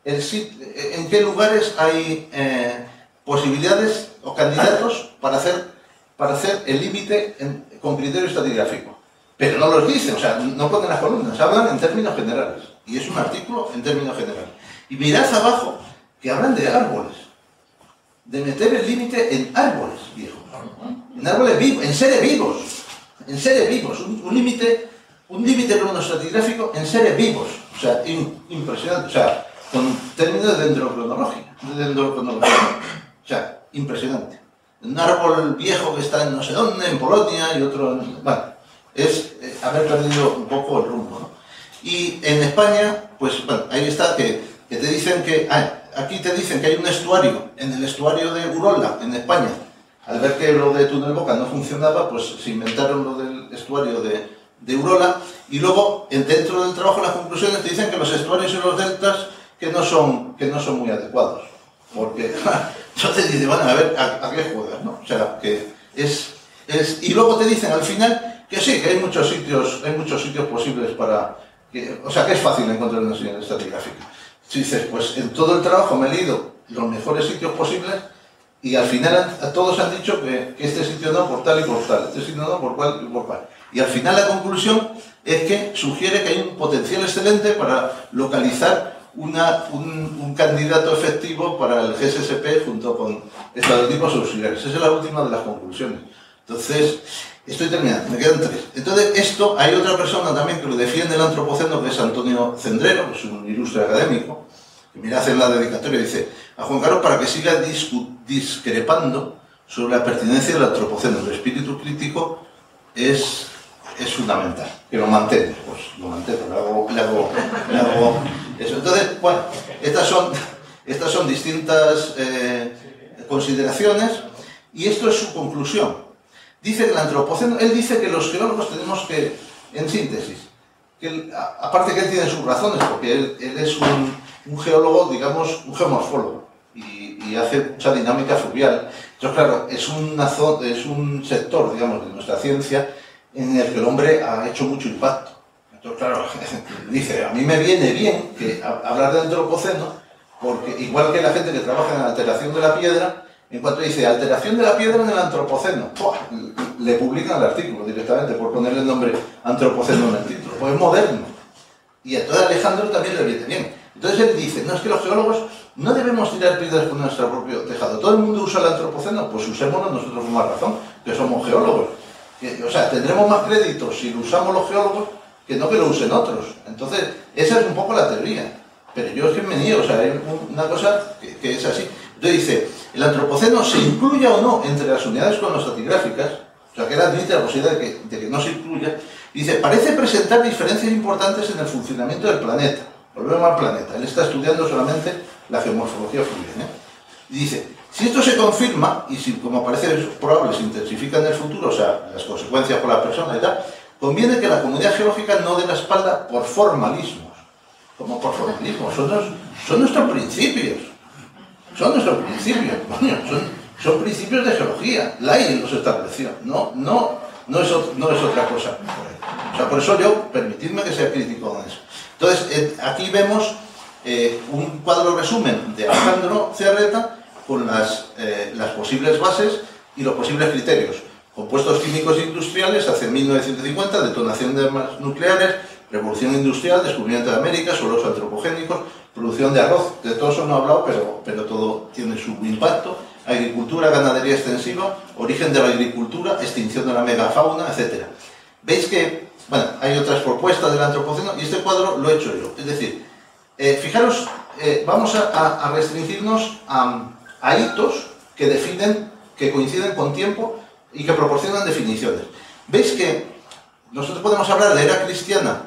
en qué lugares hay posibilidades o candidatos para hacer el límite con criterio estratigráfico. Pero no los dicen, o sea, no ponen las columnas, hablan en términos generales. Y es un artículo en términos generales. Y mirad abajo, que hablan de árboles. De meter el límite en árboles, viejo. En árboles vivos, en seres vivos. En seres vivos. Un límite cronoestratigráfico en seres vivos. O sea, impresionante. O sea, con términos de dendrocronología. O sea, impresionante. Un árbol viejo que está en no sé dónde, en Polonia, y otro en... Bueno, es haber perdido un poco el rumbo, ¿no? Y en España, pues bueno, ahí está que te dicen que... aquí te dicen que hay un estuario, en el estuario de Urola, en España. Al ver que lo de Tunelboca no funcionaba, pues se inventaron lo del estuario de Urola, y luego, dentro del trabajo, las conclusiones te dicen que los estuarios y los deltas que no son muy adecuados. Porque yo te digo, bueno, a ver, ¿a qué juegas, no? O sea, que y luego te dicen al final que sí, que hay muchos sitios posibles para... o sea, que es fácil encontrar una señal estratigráfica. Si dices, pues en todo el trabajo me he leído los mejores sitios posibles y al final todos han dicho que este sitio no por tal y por tal, este sitio no por cual y por cual. Y al final la conclusión es que sugiere que hay un potencial excelente para localizar un candidato efectivo para el GSSP junto con estadotipos auxiliares. Esa es la última de las conclusiones. Entonces, estoy terminando, me quedan 3. Entonces, esto, hay otra persona también que lo defiende el antropoceno, que es Antonio Cendrero, que es un ilustre académico, que mirad en la dedicatoria, dice, a Juan Carlos para que siga discrepando sobre la pertinencia del antropoceno. El espíritu crítico es fundamental, que lo mantenga, pues lo mantengo, le hago eso. Entonces, bueno, estas son distintas consideraciones, y esto es su conclusión. Dice que el antropoceno, él dice que los geólogos tenemos que, en síntesis, que aparte que él tiene sus razones, porque él es un geólogo, digamos, un geomorfólogo, y hace mucha dinámica fluvial. Entonces, claro, es un sector, digamos, de nuestra ciencia en el que el hombre ha hecho mucho impacto. Entonces, claro, dice, a mí me viene bien que hablar de antropoceno Porque igual que la gente que trabaja en la alteración de la piedra, en cuanto dice alteración de la piedra en el antropoceno, ¡pua!, le publican el artículo directamente por ponerle el nombre antropoceno en el título. Pues es moderno. Y entonces a Alejandro también le viene bien. Entonces él dice, no, es que los geólogos no debemos tirar piedras por nuestro propio tejado. ¿Todo el mundo usa el antropoceno? Pues usémoslo nosotros con más razón, que somos geólogos. O sea, tendremos más crédito si lo usamos los geólogos que no que lo usen otros. Entonces, esa es un poco la teoría. Pero yo es que me niego, o sea, hay una cosa que es así. Entonces dice, el antropoceno se incluya o no entre las unidades cronoestratigráficas, o sea, que él admite la posibilidad de que no se incluya, dice, parece presentar diferencias importantes en el funcionamiento del planeta. Volvemos al planeta, él está estudiando solamente la geomorfología fluvial. Y dice, si esto se confirma, y si como parece probable se intensifica en el futuro, o sea, las consecuencias por la persona y tal, conviene que la comunidad geológica no dé la espalda por formalismos. ¿Cómo por formalismos? Son nuestros principios. Son nuestros principios, coño, son principios de geología. Lai los estableció, no es otra cosa. O sea, por eso yo, permitidme que sea crítico con eso. Entonces, aquí vemos un cuadro resumen de Alejandro Zearreta con las posibles bases y los posibles criterios. Compuestos químicos industriales hacia 1950, detonación de armas nucleares, revolución industrial, descubrimiento de América, suelos antropogénicos, producción de arroz. De todo eso no he hablado, pero todo tiene su impacto. Agricultura, ganadería extensiva, origen de la agricultura, extinción de la megafauna, etc. Veis que, bueno, hay otras propuestas del antropoceno y este cuadro lo he hecho yo. Es decir, fijaros, vamos a restringirnos a hitos que definen, que coinciden con tiempo y que proporcionan definiciones. Veis que nosotros podemos hablar de era cristiana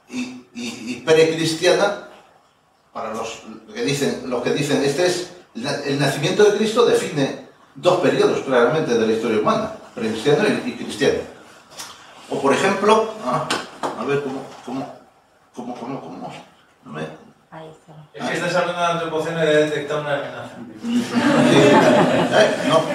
y precristiana. Para los que dicen este es el nacimiento de Cristo, define dos periodos claramente de la historia humana, precristiano y cristiano. O por ejemplo, a ver cómo no me... Ahí está. Es que estás hablando de antropoceno y he detectado una amenaza. Sí. No,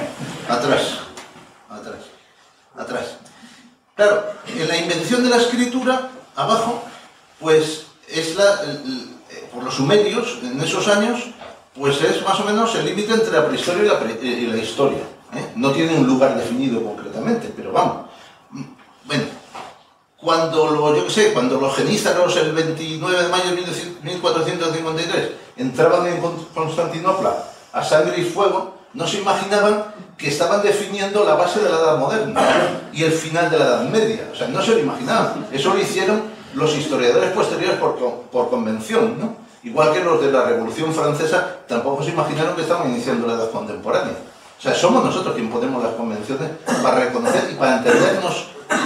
atrás. Claro, en la invención de la escritura, abajo, pues es por los sumerios, en esos años, pues es más o menos el límite entre la prehistoria y la historia. No tiene un lugar definido concretamente, pero vamos. Bueno, cuando los genízaros el 29 de mayo de 1453 entraban en Constantinopla a sangre y fuego, no se imaginaban que estaban definiendo la base de la Edad Moderna y el final de la Edad Media. O sea, no se lo imaginaban. Eso lo hicieron los historiadores posteriores por convención, ¿no? Igual que los de la Revolución Francesa tampoco se imaginaron que estaban iniciando la Edad Contemporánea. O sea, somos nosotros quienes ponemos las convenciones para reconocer y para entendernos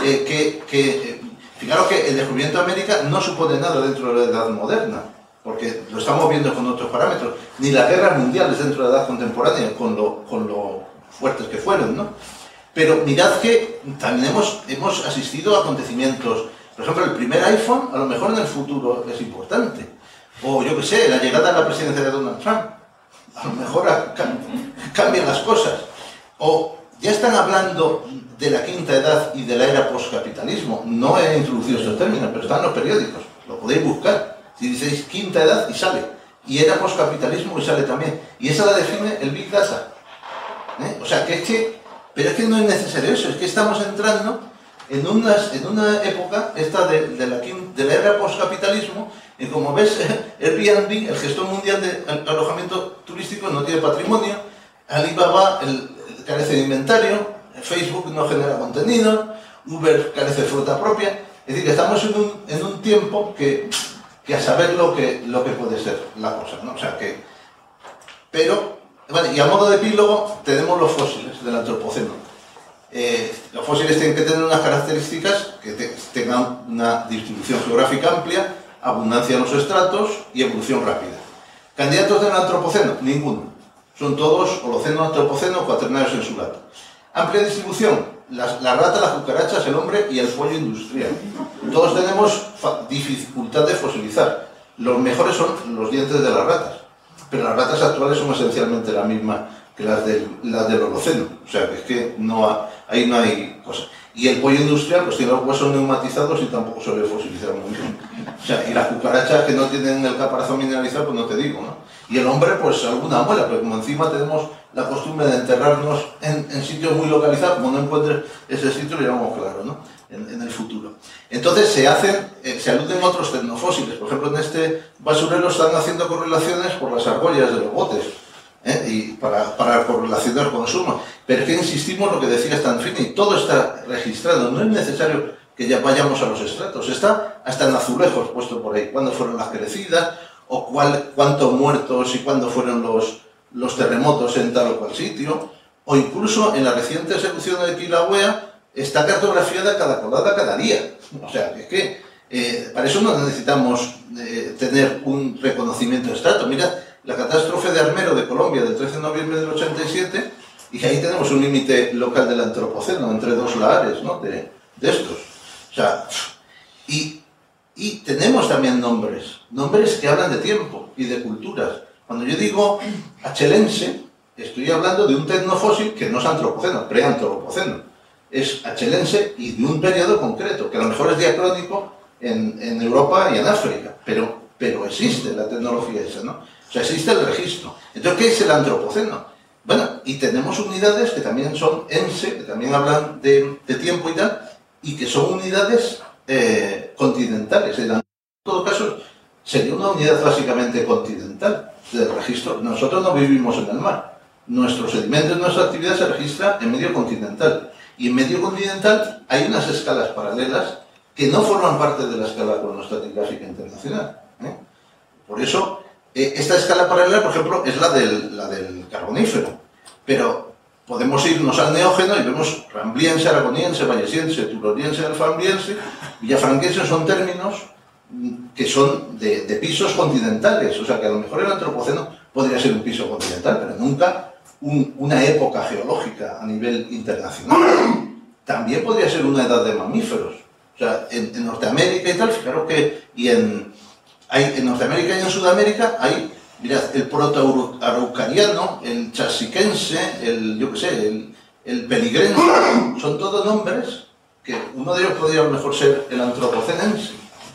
fijaros que el descubrimiento de América no supone nada dentro de la Edad Moderna, porque lo estamos viendo con otros parámetros, ni las guerras mundiales dentro de la Edad Contemporánea, con lo fuertes que fueron, ¿no? Pero mirad que también hemos asistido a acontecimientos. Por ejemplo, el primer iPhone, a lo mejor en el futuro es importante. O yo qué sé, la llegada a la presidencia de Donald Trump. A lo mejor cambian las cosas. O ya están hablando de la quinta edad y de la era postcapitalismo. No he introducido estos términos, pero están en los periódicos. Lo podéis buscar. Si dices quinta edad y sale. Y era postcapitalismo y sale también. Y esa la define el Big Data. O sea, pero es que no es necesario eso. Es que estamos entrando en una época esta de la era postcapitalismo, y como ves, Airbnb, el gestor mundial de alojamiento turístico, no tiene patrimonio, Alibaba carece de inventario, Facebook no genera contenido, Uber carece de flota propia. Es decir, que estamos en un tiempo que a saber lo que puede ser la cosa, ¿no? O sea que... Pero, vale, y a modo de epílogo tenemos los fósiles del antropoceno. Los fósiles tienen que tener unas características que tengan una distribución geográfica amplia, abundancia en los estratos y evolución rápida. ¿Candidatos del antropoceno? Ninguno. Son todos holoceno, antropoceno, cuaternarios ensulados. Amplia distribución. La rata, las cucarachas, el hombre y el pollo industrial. Todos tenemos dificultad de fosilizar. Los mejores son los dientes de las ratas. Pero las ratas actuales son esencialmente la misma que las del Holoceno. O sea, que es que ahí no hay cosas. Y el pollo industrial pues tiene los huesos neumatizados y tampoco suele fosilizar muy bien. O sea, y las cucarachas que no tienen el caparazón mineralizado, pues no te digo, ¿no? Y el hombre, pues alguna muela, pero como encima tenemos la costumbre de enterrarnos en sitios muy localizados, como no encuentres ese sitio, lo llevamos claro, ¿no? En el futuro. Entonces se aluden otros tecnofósiles. Por ejemplo, en este basurero están haciendo correlaciones por las argollas de los botes, y para correlacionar consumo. Pero es que insistimos lo que decía Stanfini, todo está registrado, no es necesario que ya vayamos a los estratos, está hasta en azulejos puesto por ahí, cuándo fueron las crecidas, o cuántos muertos y cuándo fueron los terremotos en tal o cual sitio, o incluso en la reciente ejecución de Kilauea está cartografiada cada colada cada día. O sea, es que para eso no necesitamos tener un reconocimiento de estrato. Mira, la catástrofe de Armero de Colombia del 13 de noviembre del 87, y ahí tenemos un límite local del antropoceno entre dos lahares, ¿no? de estos. O sea, y tenemos también nombres que hablan de tiempo y de culturas. Cuando yo digo achelense, estoy hablando de un tecnofósil que no es antropoceno, preantropoceno. Es achelense y de un periodo concreto, que a lo mejor es diacrónico en Europa y en África, pero existe la tecnología esa, ¿no? O sea, existe el registro. Entonces, ¿qué es el antropoceno? Bueno, y tenemos unidades que también son ense, que también hablan de tiempo y tal, y que son unidades continentales. En todo caso, sería una unidad básicamente continental del registro. Nosotros no vivimos en el mar. Nuestros sedimentos, nuestra actividad se registra en medio continental. Y en medio continental hay unas escalas paralelas que no forman parte de la escala cronoestratigráfica internacional. Por eso, esta escala paralela, por ejemplo, es la del carbonífero. Pero podemos irnos al neógeno y vemos rambliense, aragoniense, vallesiense, turoniense, alfambriense, villafranquense, son términos que son de pisos continentales. O sea, que a lo mejor el antropoceno podría ser un piso continental, pero nunca una época geológica a nivel internacional. También podría ser una edad de mamíferos. O sea, en Norteamérica y tal, fijaros que en Norteamérica y en Sudamérica hay, mirad, el protoaraucariano, el chasiquense, el peligrense, son todos nombres que uno de ellos podría a lo mejor ser el antropocenense.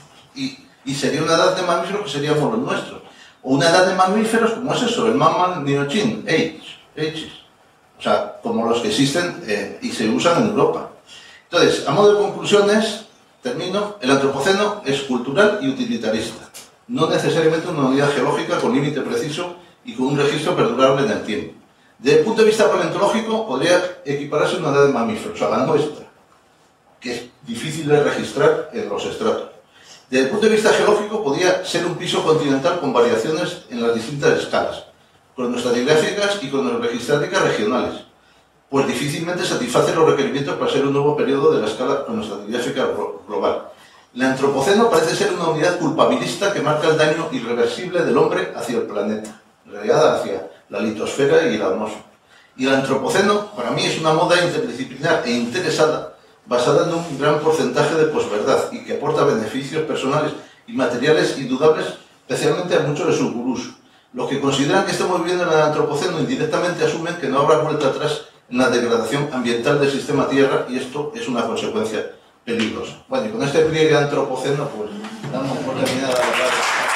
Y sería una edad de mamíferos que seríamos los nuestros. O una edad de mamíferos como es eso, el Mammal Neogene Ages. O sea, como los que existen y se usan en Europa. Entonces, a modo de conclusiones, termino, el antropoceno es cultural y utilitarista. No necesariamente una unidad geológica con límite preciso y con un registro perdurable en el tiempo. Desde el punto de vista paleontológico, podría equipararse a una edad de mamíferos, a la nuestra, que es difícil de registrar en los estratos. Desde el punto de vista geológico, podría ser un piso continental con variaciones en las distintas escalas, cronoestratigráficas y cronoregistráticas regionales, pues difícilmente satisface los requerimientos para ser un nuevo periodo de la escala cronoestratigráfica global. El antropoceno parece ser una unidad culpabilista que marca el daño irreversible del hombre hacia el planeta, en realidad hacia la litosfera y la atmósfera. Y el antropoceno, para mí, es una moda interdisciplinar e interesada, basada en un gran porcentaje de posverdad y que aporta beneficios personales y materiales indudables, especialmente a muchos de sus gurús. Los que consideran que estamos viviendo en el antropoceno indirectamente asumen que no habrá vuelta atrás en la degradación ambiental del sistema Tierra, y esto es una consecuencia peligrosa. Bueno, y con este pliegue antropoceno, pues damos por terminada la clase.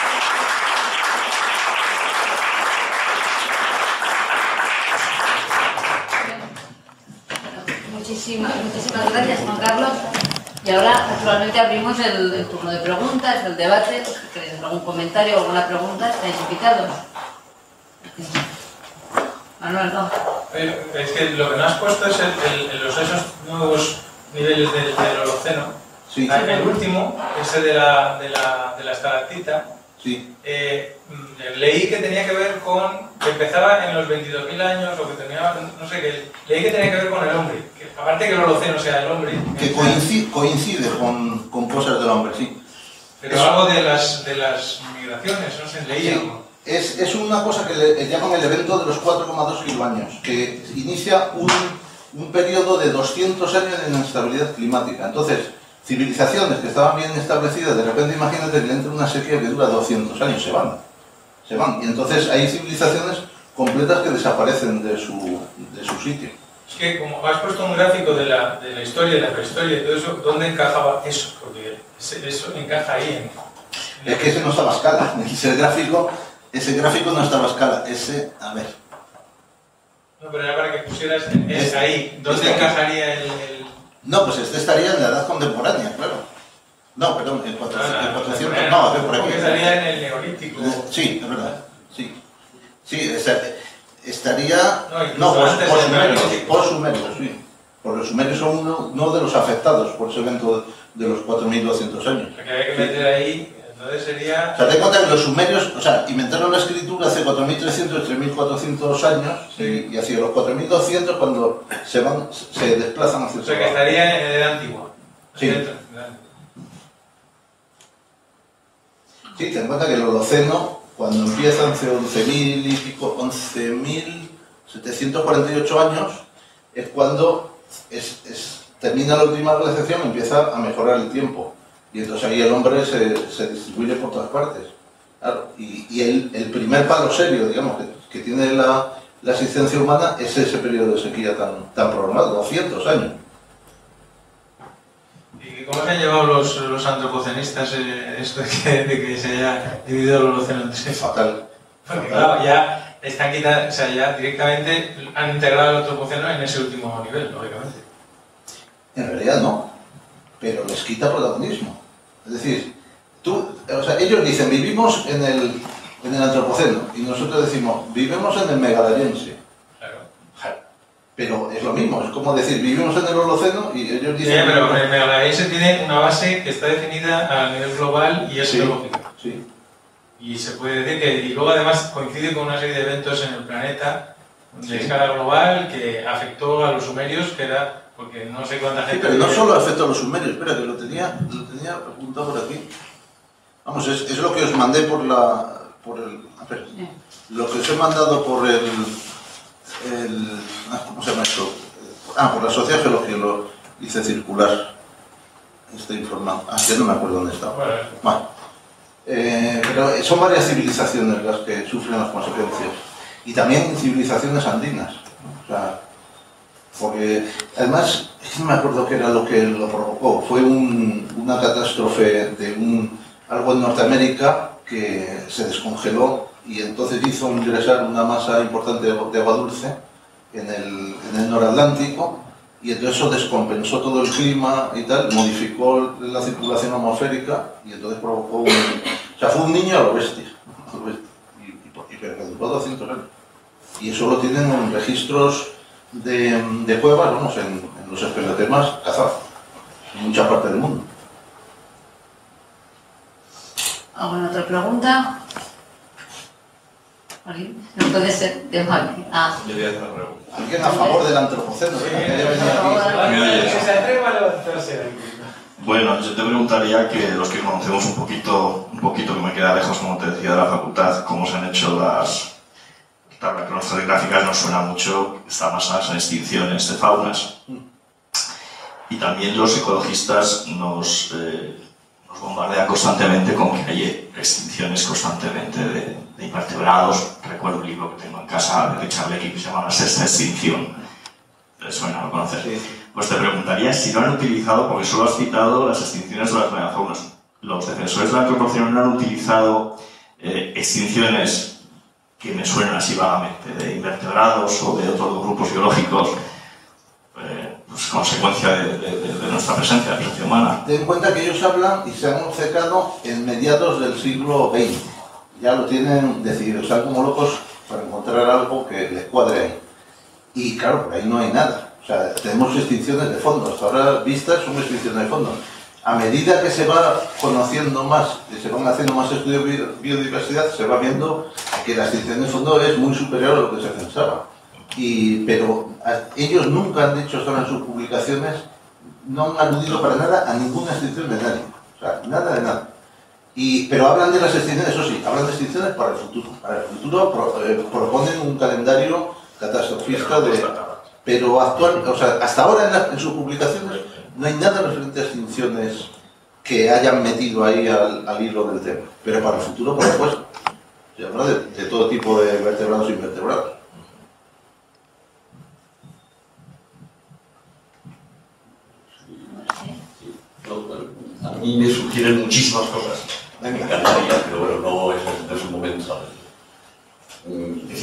Muchísimas gracias, Juan Carlos. Y ahora, naturalmente, abrimos el turno de preguntas, el debate. ¿Queréis hacer algún comentario o alguna pregunta? ¿Estáis invitados? Manuel, no. Es que lo que no has puesto es esos nuevos niveles del Holoceno. Sí. El último, ese de la estalactita, sí. Leí que tenía que ver con que empezaba en los 22.000 años, o que terminaba, no sé qué, leí que tenía que ver con el hombre, que aparte que el Holoceno sea el hombre. Que coincide con cosas del hombre, sí. Pero algo de las migraciones, no sé, leí algo. Es una cosa que le llaman el evento de los 4,2 kiloaños, que inicia un periodo de 200 años de inestabilidad climática. Entonces, civilizaciones que estaban bien establecidas, de repente imagínate que le entra una sequía que dura 200 años, se van. Y entonces hay civilizaciones completas que desaparecen de su sitio. Es que como has puesto un gráfico de la historia, de la prehistoria y todo eso, ¿dónde encajaba eso? Porque eso encaja ahí. Es que ese no está a la escala. Ese gráfico Ese gráfico no estaba a escala, ese, a ver. No, pero era para que pusieras ahí. ¿Dónde encajaría el...? No, pues este estaría en la edad contemporánea, claro. No, perdón, en 400... No, a ver, por aquí. Porque estaría en el Neolítico. Sí, es verdad, sí. Sí, estaría... No, por sumerios, sí. Porque los sumerios son uno de los afectados por ese evento de los 4.200 años. Lo que había que meter ahí, entonces sería... O sea, ten en cuenta que los sumerios, o sea, inventaron la escritura hace 4.300, 3.400 años, sí. Y hacia los 4.200 cuando se desplazan hacia... O sea, que estaría en edad antigua. Sí. Sí, ten en cuenta que el Holoceno, cuando empieza hace 11.000 y pico, 11.748 años, es cuando termina la última glaciación y empieza a mejorar el tiempo. Y entonces ahí el hombre se distribuye por todas partes. Claro, y el primer palo serio, digamos, que tiene la existencia humana es ese periodo de sequía tan prolongado, 200 años. ¿Y cómo se han llevado los antropocenistas esto de que se haya dividido el Holoceno en tres? Fatal. Porque claro, ya están quitando, o sea, ya directamente han integrado el antropoceno en ese último nivel, lógicamente. En realidad no, pero les quita protagonismo. Es decir, ellos dicen, vivimos en el antropoceno, y nosotros decimos, vivimos en el megalayense. Claro. Pero es lo mismo, es como decir, vivimos en el Holoceno y ellos dicen... Sí, pero el megalayense tiene una base que está definida a nivel global y es geológica. Sí. Y se puede decir que, y luego además coincide con una serie de eventos en el planeta de escala global que afectó a los sumerios, que era porque no sé cuánta gente... Sí, pero no solo afectó a los sumerios, espera, que lo tenía apuntado por aquí. Vamos, es lo que os mandé por el... A ver, lo que os he mandado por ¿cómo se llama esto? Por la Sociedad Geológica, lo hice circular. Estoy informado. Que no me acuerdo dónde estaba. Bueno. Pero son varias civilizaciones las que sufren las consecuencias. Y también civilizaciones andinas. O sea, porque además, no me acuerdo qué era lo que lo provocó. Fue una catástrofe de algo en Norteamérica que se descongeló y entonces hizo ingresar una masa importante de agua dulce en el noratlántico, y entonces eso descompensó todo el clima y tal, modificó la circulación atmosférica y entonces provocó o sea, fue un niño a lo bestia, pero que duró 200 años. Y eso lo tienen en registros de cuevas, vamos, en los espeleotemas cazados, en mucha parte del mundo. ¿Alguna otra pregunta? No puede ser de Juan. Yo voy a hacer una pregunta. ¿Alguien a favor del antropoceno? Bueno, yo te preguntaría que los que conocemos un poquito que me queda lejos, como te decía, de la facultad, cómo se han hecho las cronoestratigráficas, nos suena mucho, están basadas en extinciones de faunas. Y también los ecologistas nos bombardean constantemente con que hay extinciones constantemente de invertebrados. Recuerdo un libro que tengo en casa de Richard Leakey que se llama La Sexta Extinción. ¿Te suena? ¿Lo conoces? Sí. Pues te preguntaría si no han utilizado, porque solo has citado las extinciones de las megafaunas. Los defensores de la antropoceno no han utilizado extinciones que me suenan así vagamente, de invertebrados o de otros grupos biológicos, pues consecuencia de nuestra presencia, la presencia humana. Ten en cuenta que ellos hablan y se han obcecado en mediados del siglo XX. Ya lo tienen decidido, están como locos para encontrar algo que les cuadre ahí. Y claro, por ahí no hay nada. O sea, tenemos extinciones de fondo. Hasta ahora vistas son extinciones de fondo. A medida que se va conociendo más, que se van haciendo más estudios de biodiversidad, se va viendo que la extinción de fondo es muy superior a lo que se pensaba. Pero ellos nunca han dicho, en sus publicaciones, no han aludido para nada a ninguna extinción de nadie. O sea, nada de nada. Pero hablan de las extinciones, eso sí, hablan de extinciones para el futuro. Para el futuro proponen un calendario catastrofista pero actual, o sea, hasta ahora en sus publicaciones no hay nada referente a extinciones que hayan metido ahí al hilo del tema. Pero para el futuro, por supuesto, se habla de todo tipo de vertebrados e invertebrados. A mí me sugieren muchísimas cosas. Me encantaría, pero bueno, no es un momento, ¿sabes?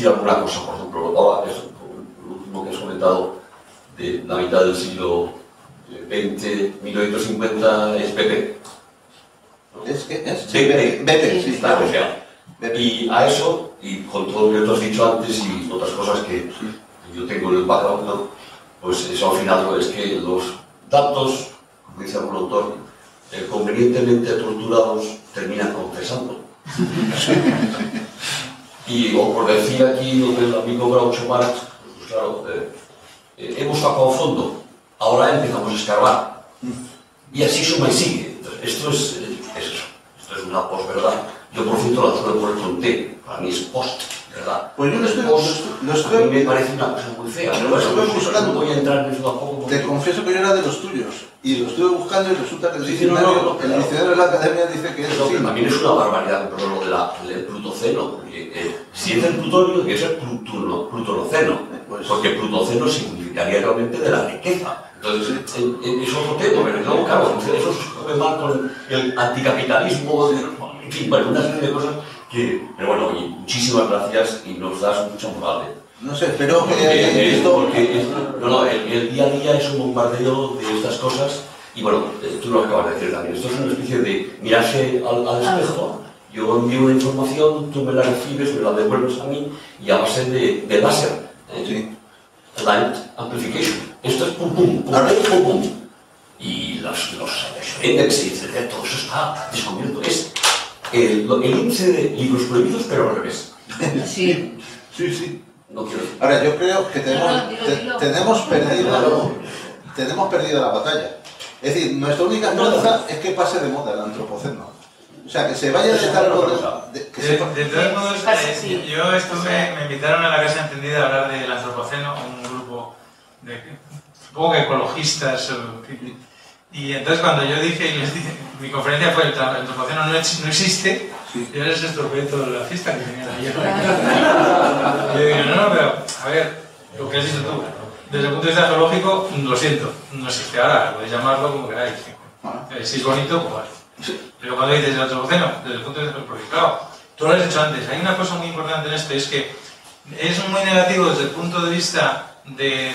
decir alguna cosa, por ejemplo, ahora, eso, lo último que has comentado, de la mitad del siglo XX, 1950, es Pepe. ¿No? Es que es Pepe, sí, claro, o sea. Y a eso, y con todo lo que tú has dicho antes y otras cosas que yo tengo en el background, ¿no? Pues eso al final es que los datos, como dice algún autor, convenientemente torturados terminan confesando. Y o por decir aquí lo del amigo Groucho Marx, pues claro, hemos tocado fondo, ahora empezamos a escarbar. Y así suma y sigue. Entonces, esto es eso, esto es una posverdad. Yo por cierto la suelo poner con T, para mí es post, ¿verdad? Pues yo lo estoy a mí me parece una cosa muy fea. Lo estoy buscando. No voy a entrar en eso tampoco. Te confieso que yo era de los tuyos y lo estuve buscando y resulta que el Sí, diccionario, claro. el diccionario de la academia dice que es Pero así. también es una barbaridad, pero lo del plutoceno, porque si es del plutonio, tiene que ser plutonoceno, porque plutoceno significaría realmente de la riqueza. Entonces, es otro tema, pero no, claro, eso se mal con el anticapitalismo, en fin, bueno, una serie de cosas que... Pero bueno, y muchísimas gracias y nos das mucha moral. No sé, espero que esto... El día a día es un bombardeo de estas cosas y bueno, tú lo acabas de decir también, esto es una especie de mirarse al espejo. Yo envío una información, tú me la recibes, me la devuelves a mí y a base de láser. Sí. Light amplification. Esto es pum pum, pum pum pum. Y los índices, etc., todo eso está descubierto. Es el índice de libros prohibidos, pero al revés. Sí. Sí. No quiero decir. Ahora, yo creo que Dilo. tenemos perdida la batalla. Es decir, nuestra única esperanza es que pase de moda el antropoceno. O sea, que se vaya de tal modo... De todos modos, yo me invitaron a la Casa Encendida a hablar del antropoceno, un grupo de, supongo que ecologistas, y entonces cuando yo dije, mi conferencia fue el antropoceno no existe, y ahora se estropeó toda la fiesta que tenían ayer. Y yo digo, no, pero, a ver, lo que has dicho tú, desde el punto de vista geológico, lo siento, no existe. Ahora, podéis llamarlo como queráis. Si es bonito, pues vale. Pero cuando dices el antropoceno, desde el punto de vista, porque claro, tú lo has dicho antes, hay una cosa muy importante en esto, es que es muy negativo desde el punto de vista de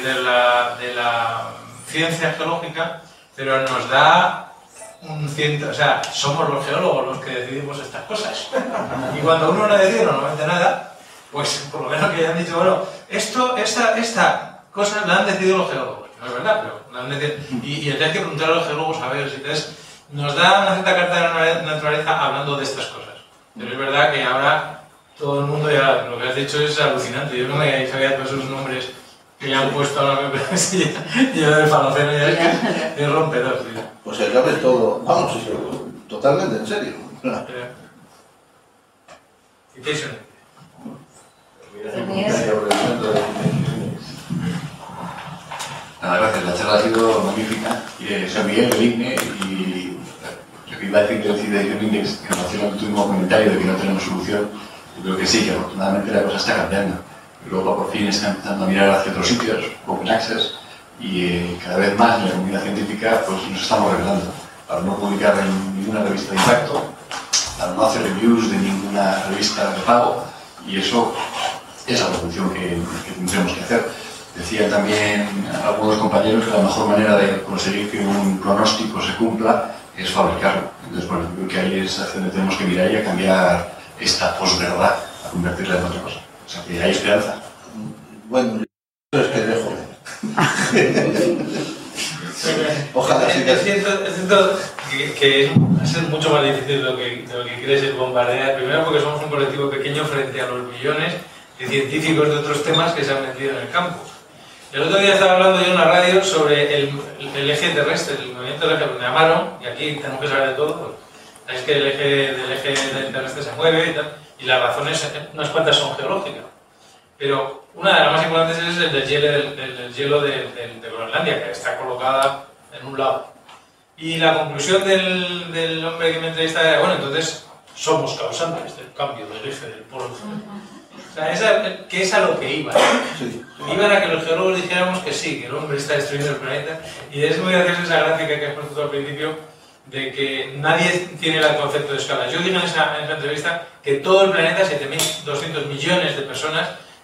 la ciencia geológica, pero nos da un ciento, o sea, somos los geólogos los que decidimos estas cosas. Y cuando uno no decide normalmente nada, pues por lo menos que hayan dicho, bueno, esta cosa la han decidido los geólogos, no es verdad, pero la han decidido. Y entonces hay que preguntar a los geólogos a ver si nos da una cierta carta de la naturaleza hablando de estas cosas. Pero es verdad que ahora todo el mundo ya, lo que has dicho es alucinante. Yo no me sabía todos esos nombres que le han puesto a la membresía. Yo del faloceno ya es rompedor. Sí. Pues el es todo, vamos, totalmente en serio. Citation. Nada, gracias. La charla ha sido magnífica. Soy Miguel del ICNE y lo que iba a decir de Decision Index en relación a tu último comentario de que no tenemos solución, yo creo que sí, que afortunadamente la cosa está cambiando. Europa por fin está empezando a mirar hacia otros sitios, Open Access, y cada vez más en la comunidad científica pues, nos estamos revelando para no publicar en ninguna revista de impacto, para no hacer reviews de ninguna revista de pago, y eso es la revolución que tendremos que hacer. Decían también algunos compañeros que la mejor manera de conseguir que un pronóstico se cumpla es fabricarlo. Entonces, bueno, creo que ahí es hacia donde tenemos que mirar y a cambiar esta posverdad, a convertirla en otra cosa. O sea, que hay esperanza. Bueno, es que dejo. Ojalá sí que... Es cierto que va a ser mucho más difícil de lo que crees el bombardear. Primero porque somos un colectivo pequeño frente a los millones de científicos de otros temas que se han metido en el campo. El otro día estaba hablando yo en la radio sobre el eje terrestre, el movimiento del eje, me llamaron, y aquí tenemos que saber de todo. Es que el eje terrestre se mueve y tal, y las razones, unas cuantas son geológicas. Pero una de las más importantes es el del hielo de Groenlandia, que está colocada en un lado. Y la conclusión del hombre que me entrevista era, bueno, entonces somos causantes del cambio del eje del polo. O sea, que es a lo que iban. Iban a que los geólogos dijéramos que sí, que el hombre está destruyendo el planeta. Y es muy graciosa esa gráfica que has puesto al principio de que nadie tiene el concepto de escala. Yo dije en esa entrevista que todo el planeta, 7.200 millones de personas,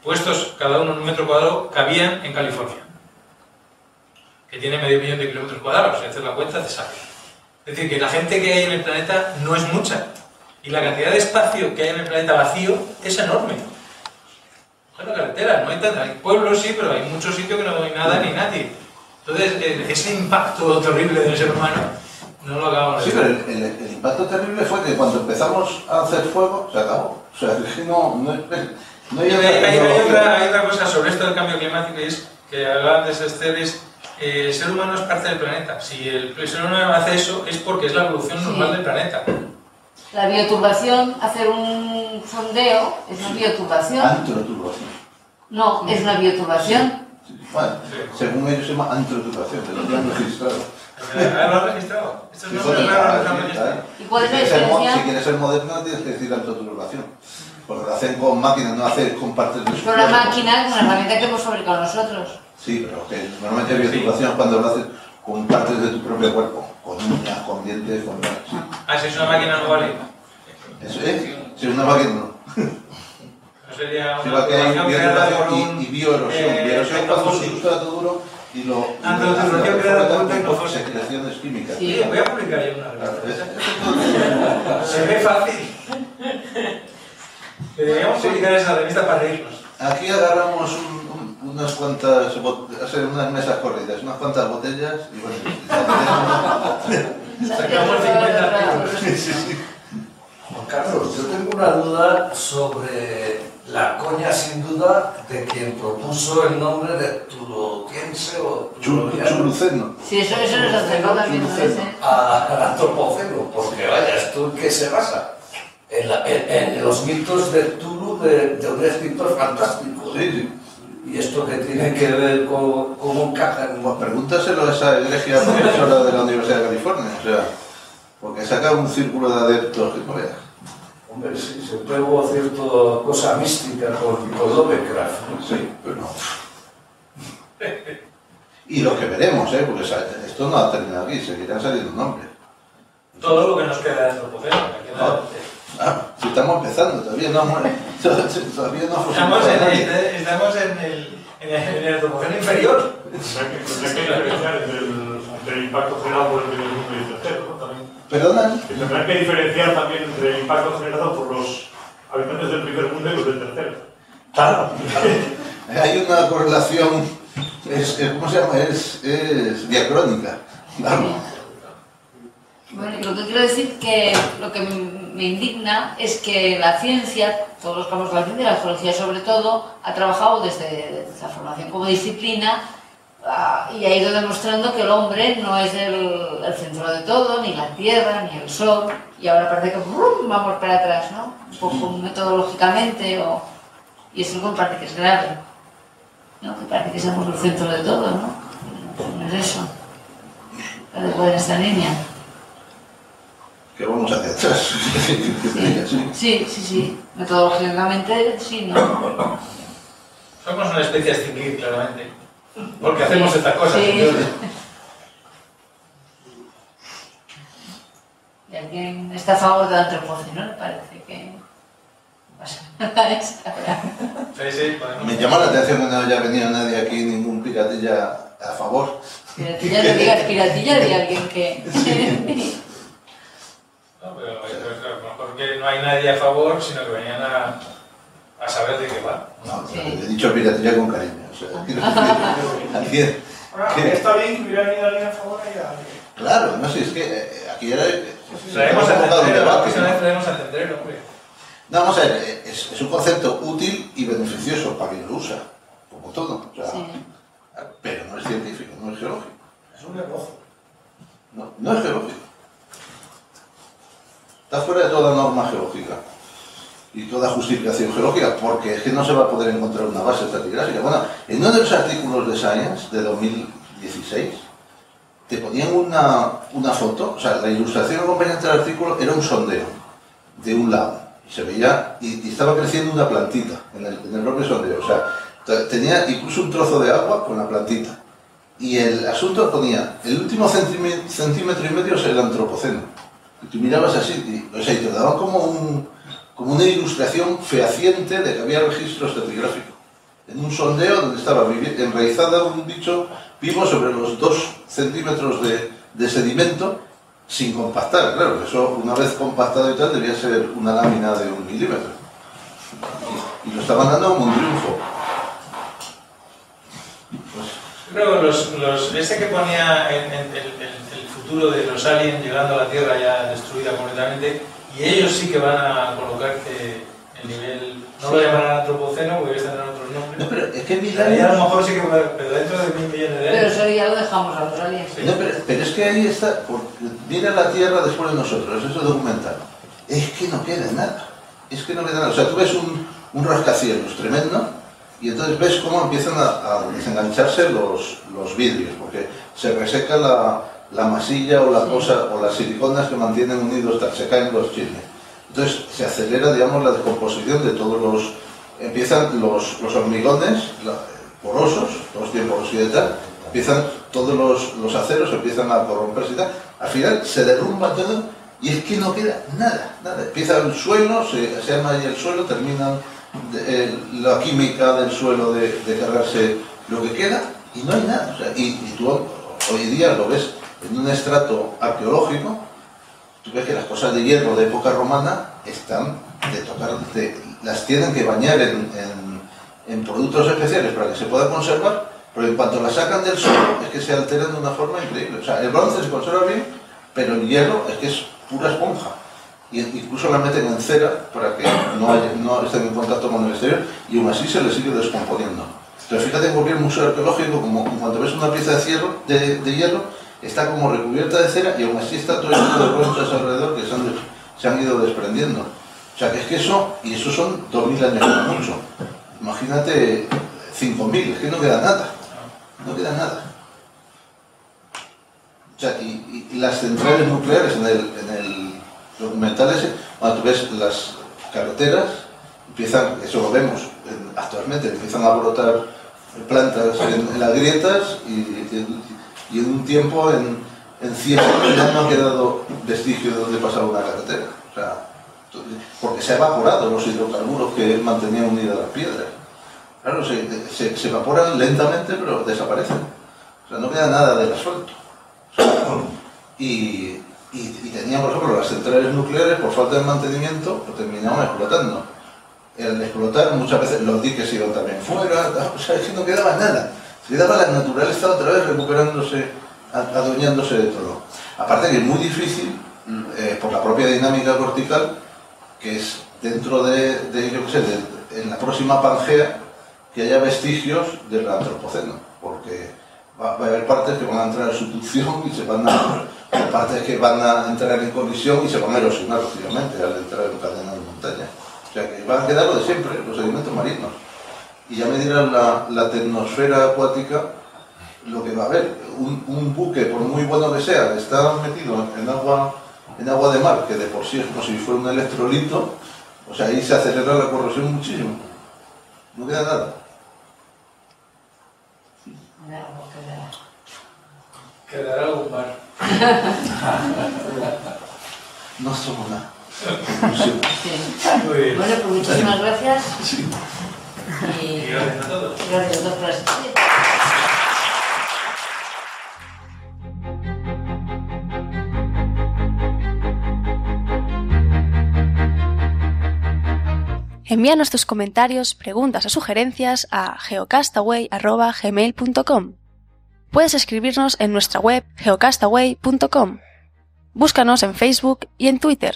puestos cada uno en un metro cuadrado, cabían en California, que tiene medio millón de kilómetros cuadrados. Si haces la cuenta, te sale. Es decir, que la gente que hay en el planeta no es mucha. Y la cantidad de espacio que hay en el planeta vacío es enorme. Bueno, carreteras, no hay tantas. Hay pueblos, sí, pero hay muchos sitios que no hay nada ni nadie. Entonces, ese impacto terrible del ser humano no lo acabamos de ver. Sí, pero el impacto terrible fue que cuando empezamos a hacer fuego, se acabó. O sea, es que no hay otra cosa sobre esto del cambio climático, y es que hablaban de Sesteres. El ser humano es parte del planeta. Si el ser humano hace eso, es porque es la evolución normal del planeta. La bioturbación, hacer un sondeo, es una bioturbación. Antroturbación. No, es una bioturbación. Bueno, según ellos se llama antroturbación, pero lo han registrado. ¿Lo han registrado? Esto es nombre raro, lo han registrado. ¿Y cuál es la diferencia? Si quieres ser moderno, tienes que decir antroturbación. Porque lo hacen con máquinas, no hacen con partes de su Pero la máquina es una herramienta que hemos fabricado nosotros. Sí, pero que normalmente bioturbación es cuando lo haces con partes de tu propio cuerpo, con uñas, con dientes, con... Sí. Ah, si es una máquina no vale. Eso es, si es una máquina no. No sería Sí, una que hay creada por un... y bioerosión. Bioerosión cuando se sustrato duro y lo... Antroturbación creada por un tecnofósil. Secreciones químicas. Sí, voy a publicar yo una. Se ve fácil. Deberíamos publicar esa revista para reírnos. Aquí agarramos unas cuantas, unas mesas corridas, unas cuantas botellas y bueno, sacamos 50 Juan Carlos, yo tengo una duda sobre la coña, sin duda, de quien propuso el nombre de Turotiense o Chuluceno. Sí, eso nos acercó también a veces. Al antropoceno, porque vaya, ¿esto en qué se basa? En los mitos de Tulu de un escritor fantástico. Sí, sí. ¿Y esto qué tiene que ver con cómo encaja en... Pues pregúntaselo a esa egregia profesora de la Universidad de California, o sea, porque saca un círculo de adeptos que no veas. Hombre, sí, siempre hubo cierta cosa mística con Lovecraft, ¿no? Sí, pero no. Y lo que veremos, porque esto no ha terminado aquí, seguirán saliendo nombres. Todo lo que nos queda de antropoceno. Si estamos empezando, todavía no muere. Todavía no estamos en el antropoceno inferior. Tendrá que diferenciar entre el impacto generado por el primer mundo y el tercero, ¿no? También. ¿Perdona? Tendrá que diferenciar también entre el impacto generado por los habitantes del primer mundo y los del tercero. Claro. Hay una correlación, ¿cómo se llama? Es diacrónica. Claro. Bueno, y lo que quiero decir que lo que me indigna es que la ciencia, todos los campos de la ciencia, la geología sobre todo, ha trabajado desde la formación como disciplina y ha ido demostrando que el hombre no es el centro de todo, ni la Tierra, ni el Sol, y ahora parece que vamos para atrás, ¿no? Un poco metodológicamente, y eso me parece que es grave, ¿no? Que parece que somos el centro de todo, ¿no? No es eso. ¿Cuál es esta línea? Que vamos hacia atrás. Sí. Metodológicamente, sí, ¿no? Somos una especie a extinguir, claramente. Porque hacemos estas cosas. Sí. Y alguien está a favor del antropoceno, ¿no? Parece que pasa Sí, me llama la atención que no haya venido nadie aquí, ningún piratilla a favor. Piratilla, no digas piratilla de alguien que... No, pero a lo mejor que no hay nadie a favor, sino que venían a saber de qué va. No, he dicho piratilla con cariño. O sea, Está bien que hubiera venido alguien a favor y alguien. Claro, no sé, es que aquí era... Traemos a Tendrero, la próxima vez traemos a Tendrero, hombre. No, vamos a ver, es un concepto útil y beneficioso para quien lo usa, como todo. O sea, Sí. Pero no es científico, no es geológico. Es un negocio. No es geológico. Está fuera de toda norma geológica y toda justificación geológica, porque es que no se va a poder encontrar una base estratigráfica. Bueno, en uno de los artículos de Science de 2016 te ponían una foto, o sea, la ilustración acompañante del artículo era un sondeo de un lago, y se veía, y estaba creciendo una plantita en el propio sondeo, o sea, tenía incluso un trozo de agua con la plantita, y el asunto ponía, el último centímetro y medio es el antropoceno, y tú mirabas así, y te daban como una ilustración fehaciente de que había registro estratigráfico. en un sondeo donde estaba enraizada un bicho vivo sobre los 2 centímetros de sedimento sin compactar. Claro, eso una vez compactado y tal debía ser una lámina de 1 milímetro. Y lo estaban dando como un triunfo. Creo ese que ponía en el futuro de los aliens llegando a la Tierra ya destruida completamente, y ellos sí que van a colocar el nivel, no lo llamarán antropoceno porque están en otros nombres. No, pero es que a lo mejor sí que, pero dentro de 1.000 millones de años. Pero eso ya lo dejamos a los aliens. Sí. No, pero es que ahí está, mira la Tierra después de nosotros, eso documental. Es que no queda nada. Es que no queda nada. O sea, tú ves un rascacielos tremendo y entonces ves cómo empiezan a desengancharse los vidrios, porque se reseca la masilla o la cosa, o las siliconas que mantienen unidos, se caen los chismes. Entonces se acelera, digamos, la descomposición de todos empiezan los hormigones porosos, todos tienen porosidad y tal, empiezan todos los aceros empiezan a corromperse y tal, al final se derrumba todo y es que no queda nada. Empieza el suelo, se arma ahí el suelo, terminan la química del suelo de cargarse lo que queda y no hay nada. O sea, y tú hoy día lo ves en un estrato arqueológico, tú ves que las cosas de hierro de época romana están las tienen que bañar en productos especiales para que se puedan conservar, pero en cuanto las sacan del suelo es que se alteran de una forma increíble. O sea, el bronce se conserva bien, pero el hierro es que es pura esponja. Y incluso la meten en cera para que no estén en contacto con el exterior y aún así se les sigue descomponiendo. Entonces fíjate en cualquier museo arqueológico, como cuando ves una pieza de hierro, está como recubierta de cera y aún así está todo lleno de ronchas alrededor que se han ido desprendiendo. O sea, que es que eso son 2000 años como mucho. Imagínate 5000, es que no queda nada. No queda nada. O sea, y las centrales nucleares en el documental ese, cuando tú ves las carreteras, eso lo vemos actualmente, empiezan a brotar plantas en las grietas y en un tiempo, en 100 años ya no ha quedado vestigio de donde pasaba una carretera. O sea, porque se ha evaporado los hidrocarburos que mantenían unidas las piedras. Claro, se evaporan lentamente, pero desaparecen. O sea, no queda nada del asfalto. O sea, y tenían, por ejemplo, las centrales nucleares, por falta de mantenimiento, lo terminaban explotando. El explotar, muchas veces los diques iban también fuera, o sea, es que no quedaba nada. Se quedaba la naturaleza otra vez recuperándose, adueñándose de todo. Aparte que es muy difícil, por la propia dinámica cortical, que es dentro en la próxima Pangea, que haya vestigios del antropoceno, porque va a haber partes que van a entrar en subducción y partes que van a entrar en colisión y se van a erosionar rápidamente al entrar en cadena de montaña. O sea que van a quedar lo de siempre, los sedimentos marinos. Y ya me dirán la tecnosfera acuática lo que va a haber. Un buque, por muy bueno que sea, está metido en agua de mar, que de por sí es como si fuera un electrolito, o sea, ahí se acelera la corrosión muchísimo. No queda nada. Quedará algún bar. No somos nada. Sí. Bueno, pues muchísimas gracias. Sí. Y gracias a todos. Gracias a todos por asistir. Envíanos tus comentarios, preguntas o sugerencias a geocastaway@gmail.com. Puedes escribirnos en nuestra web geocastaway.com. Búscanos en Facebook y en Twitter.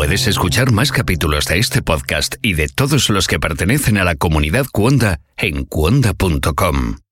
Puedes escuchar más capítulos de este podcast y de todos los que pertenecen a la comunidad Cuonda en cuonda.com.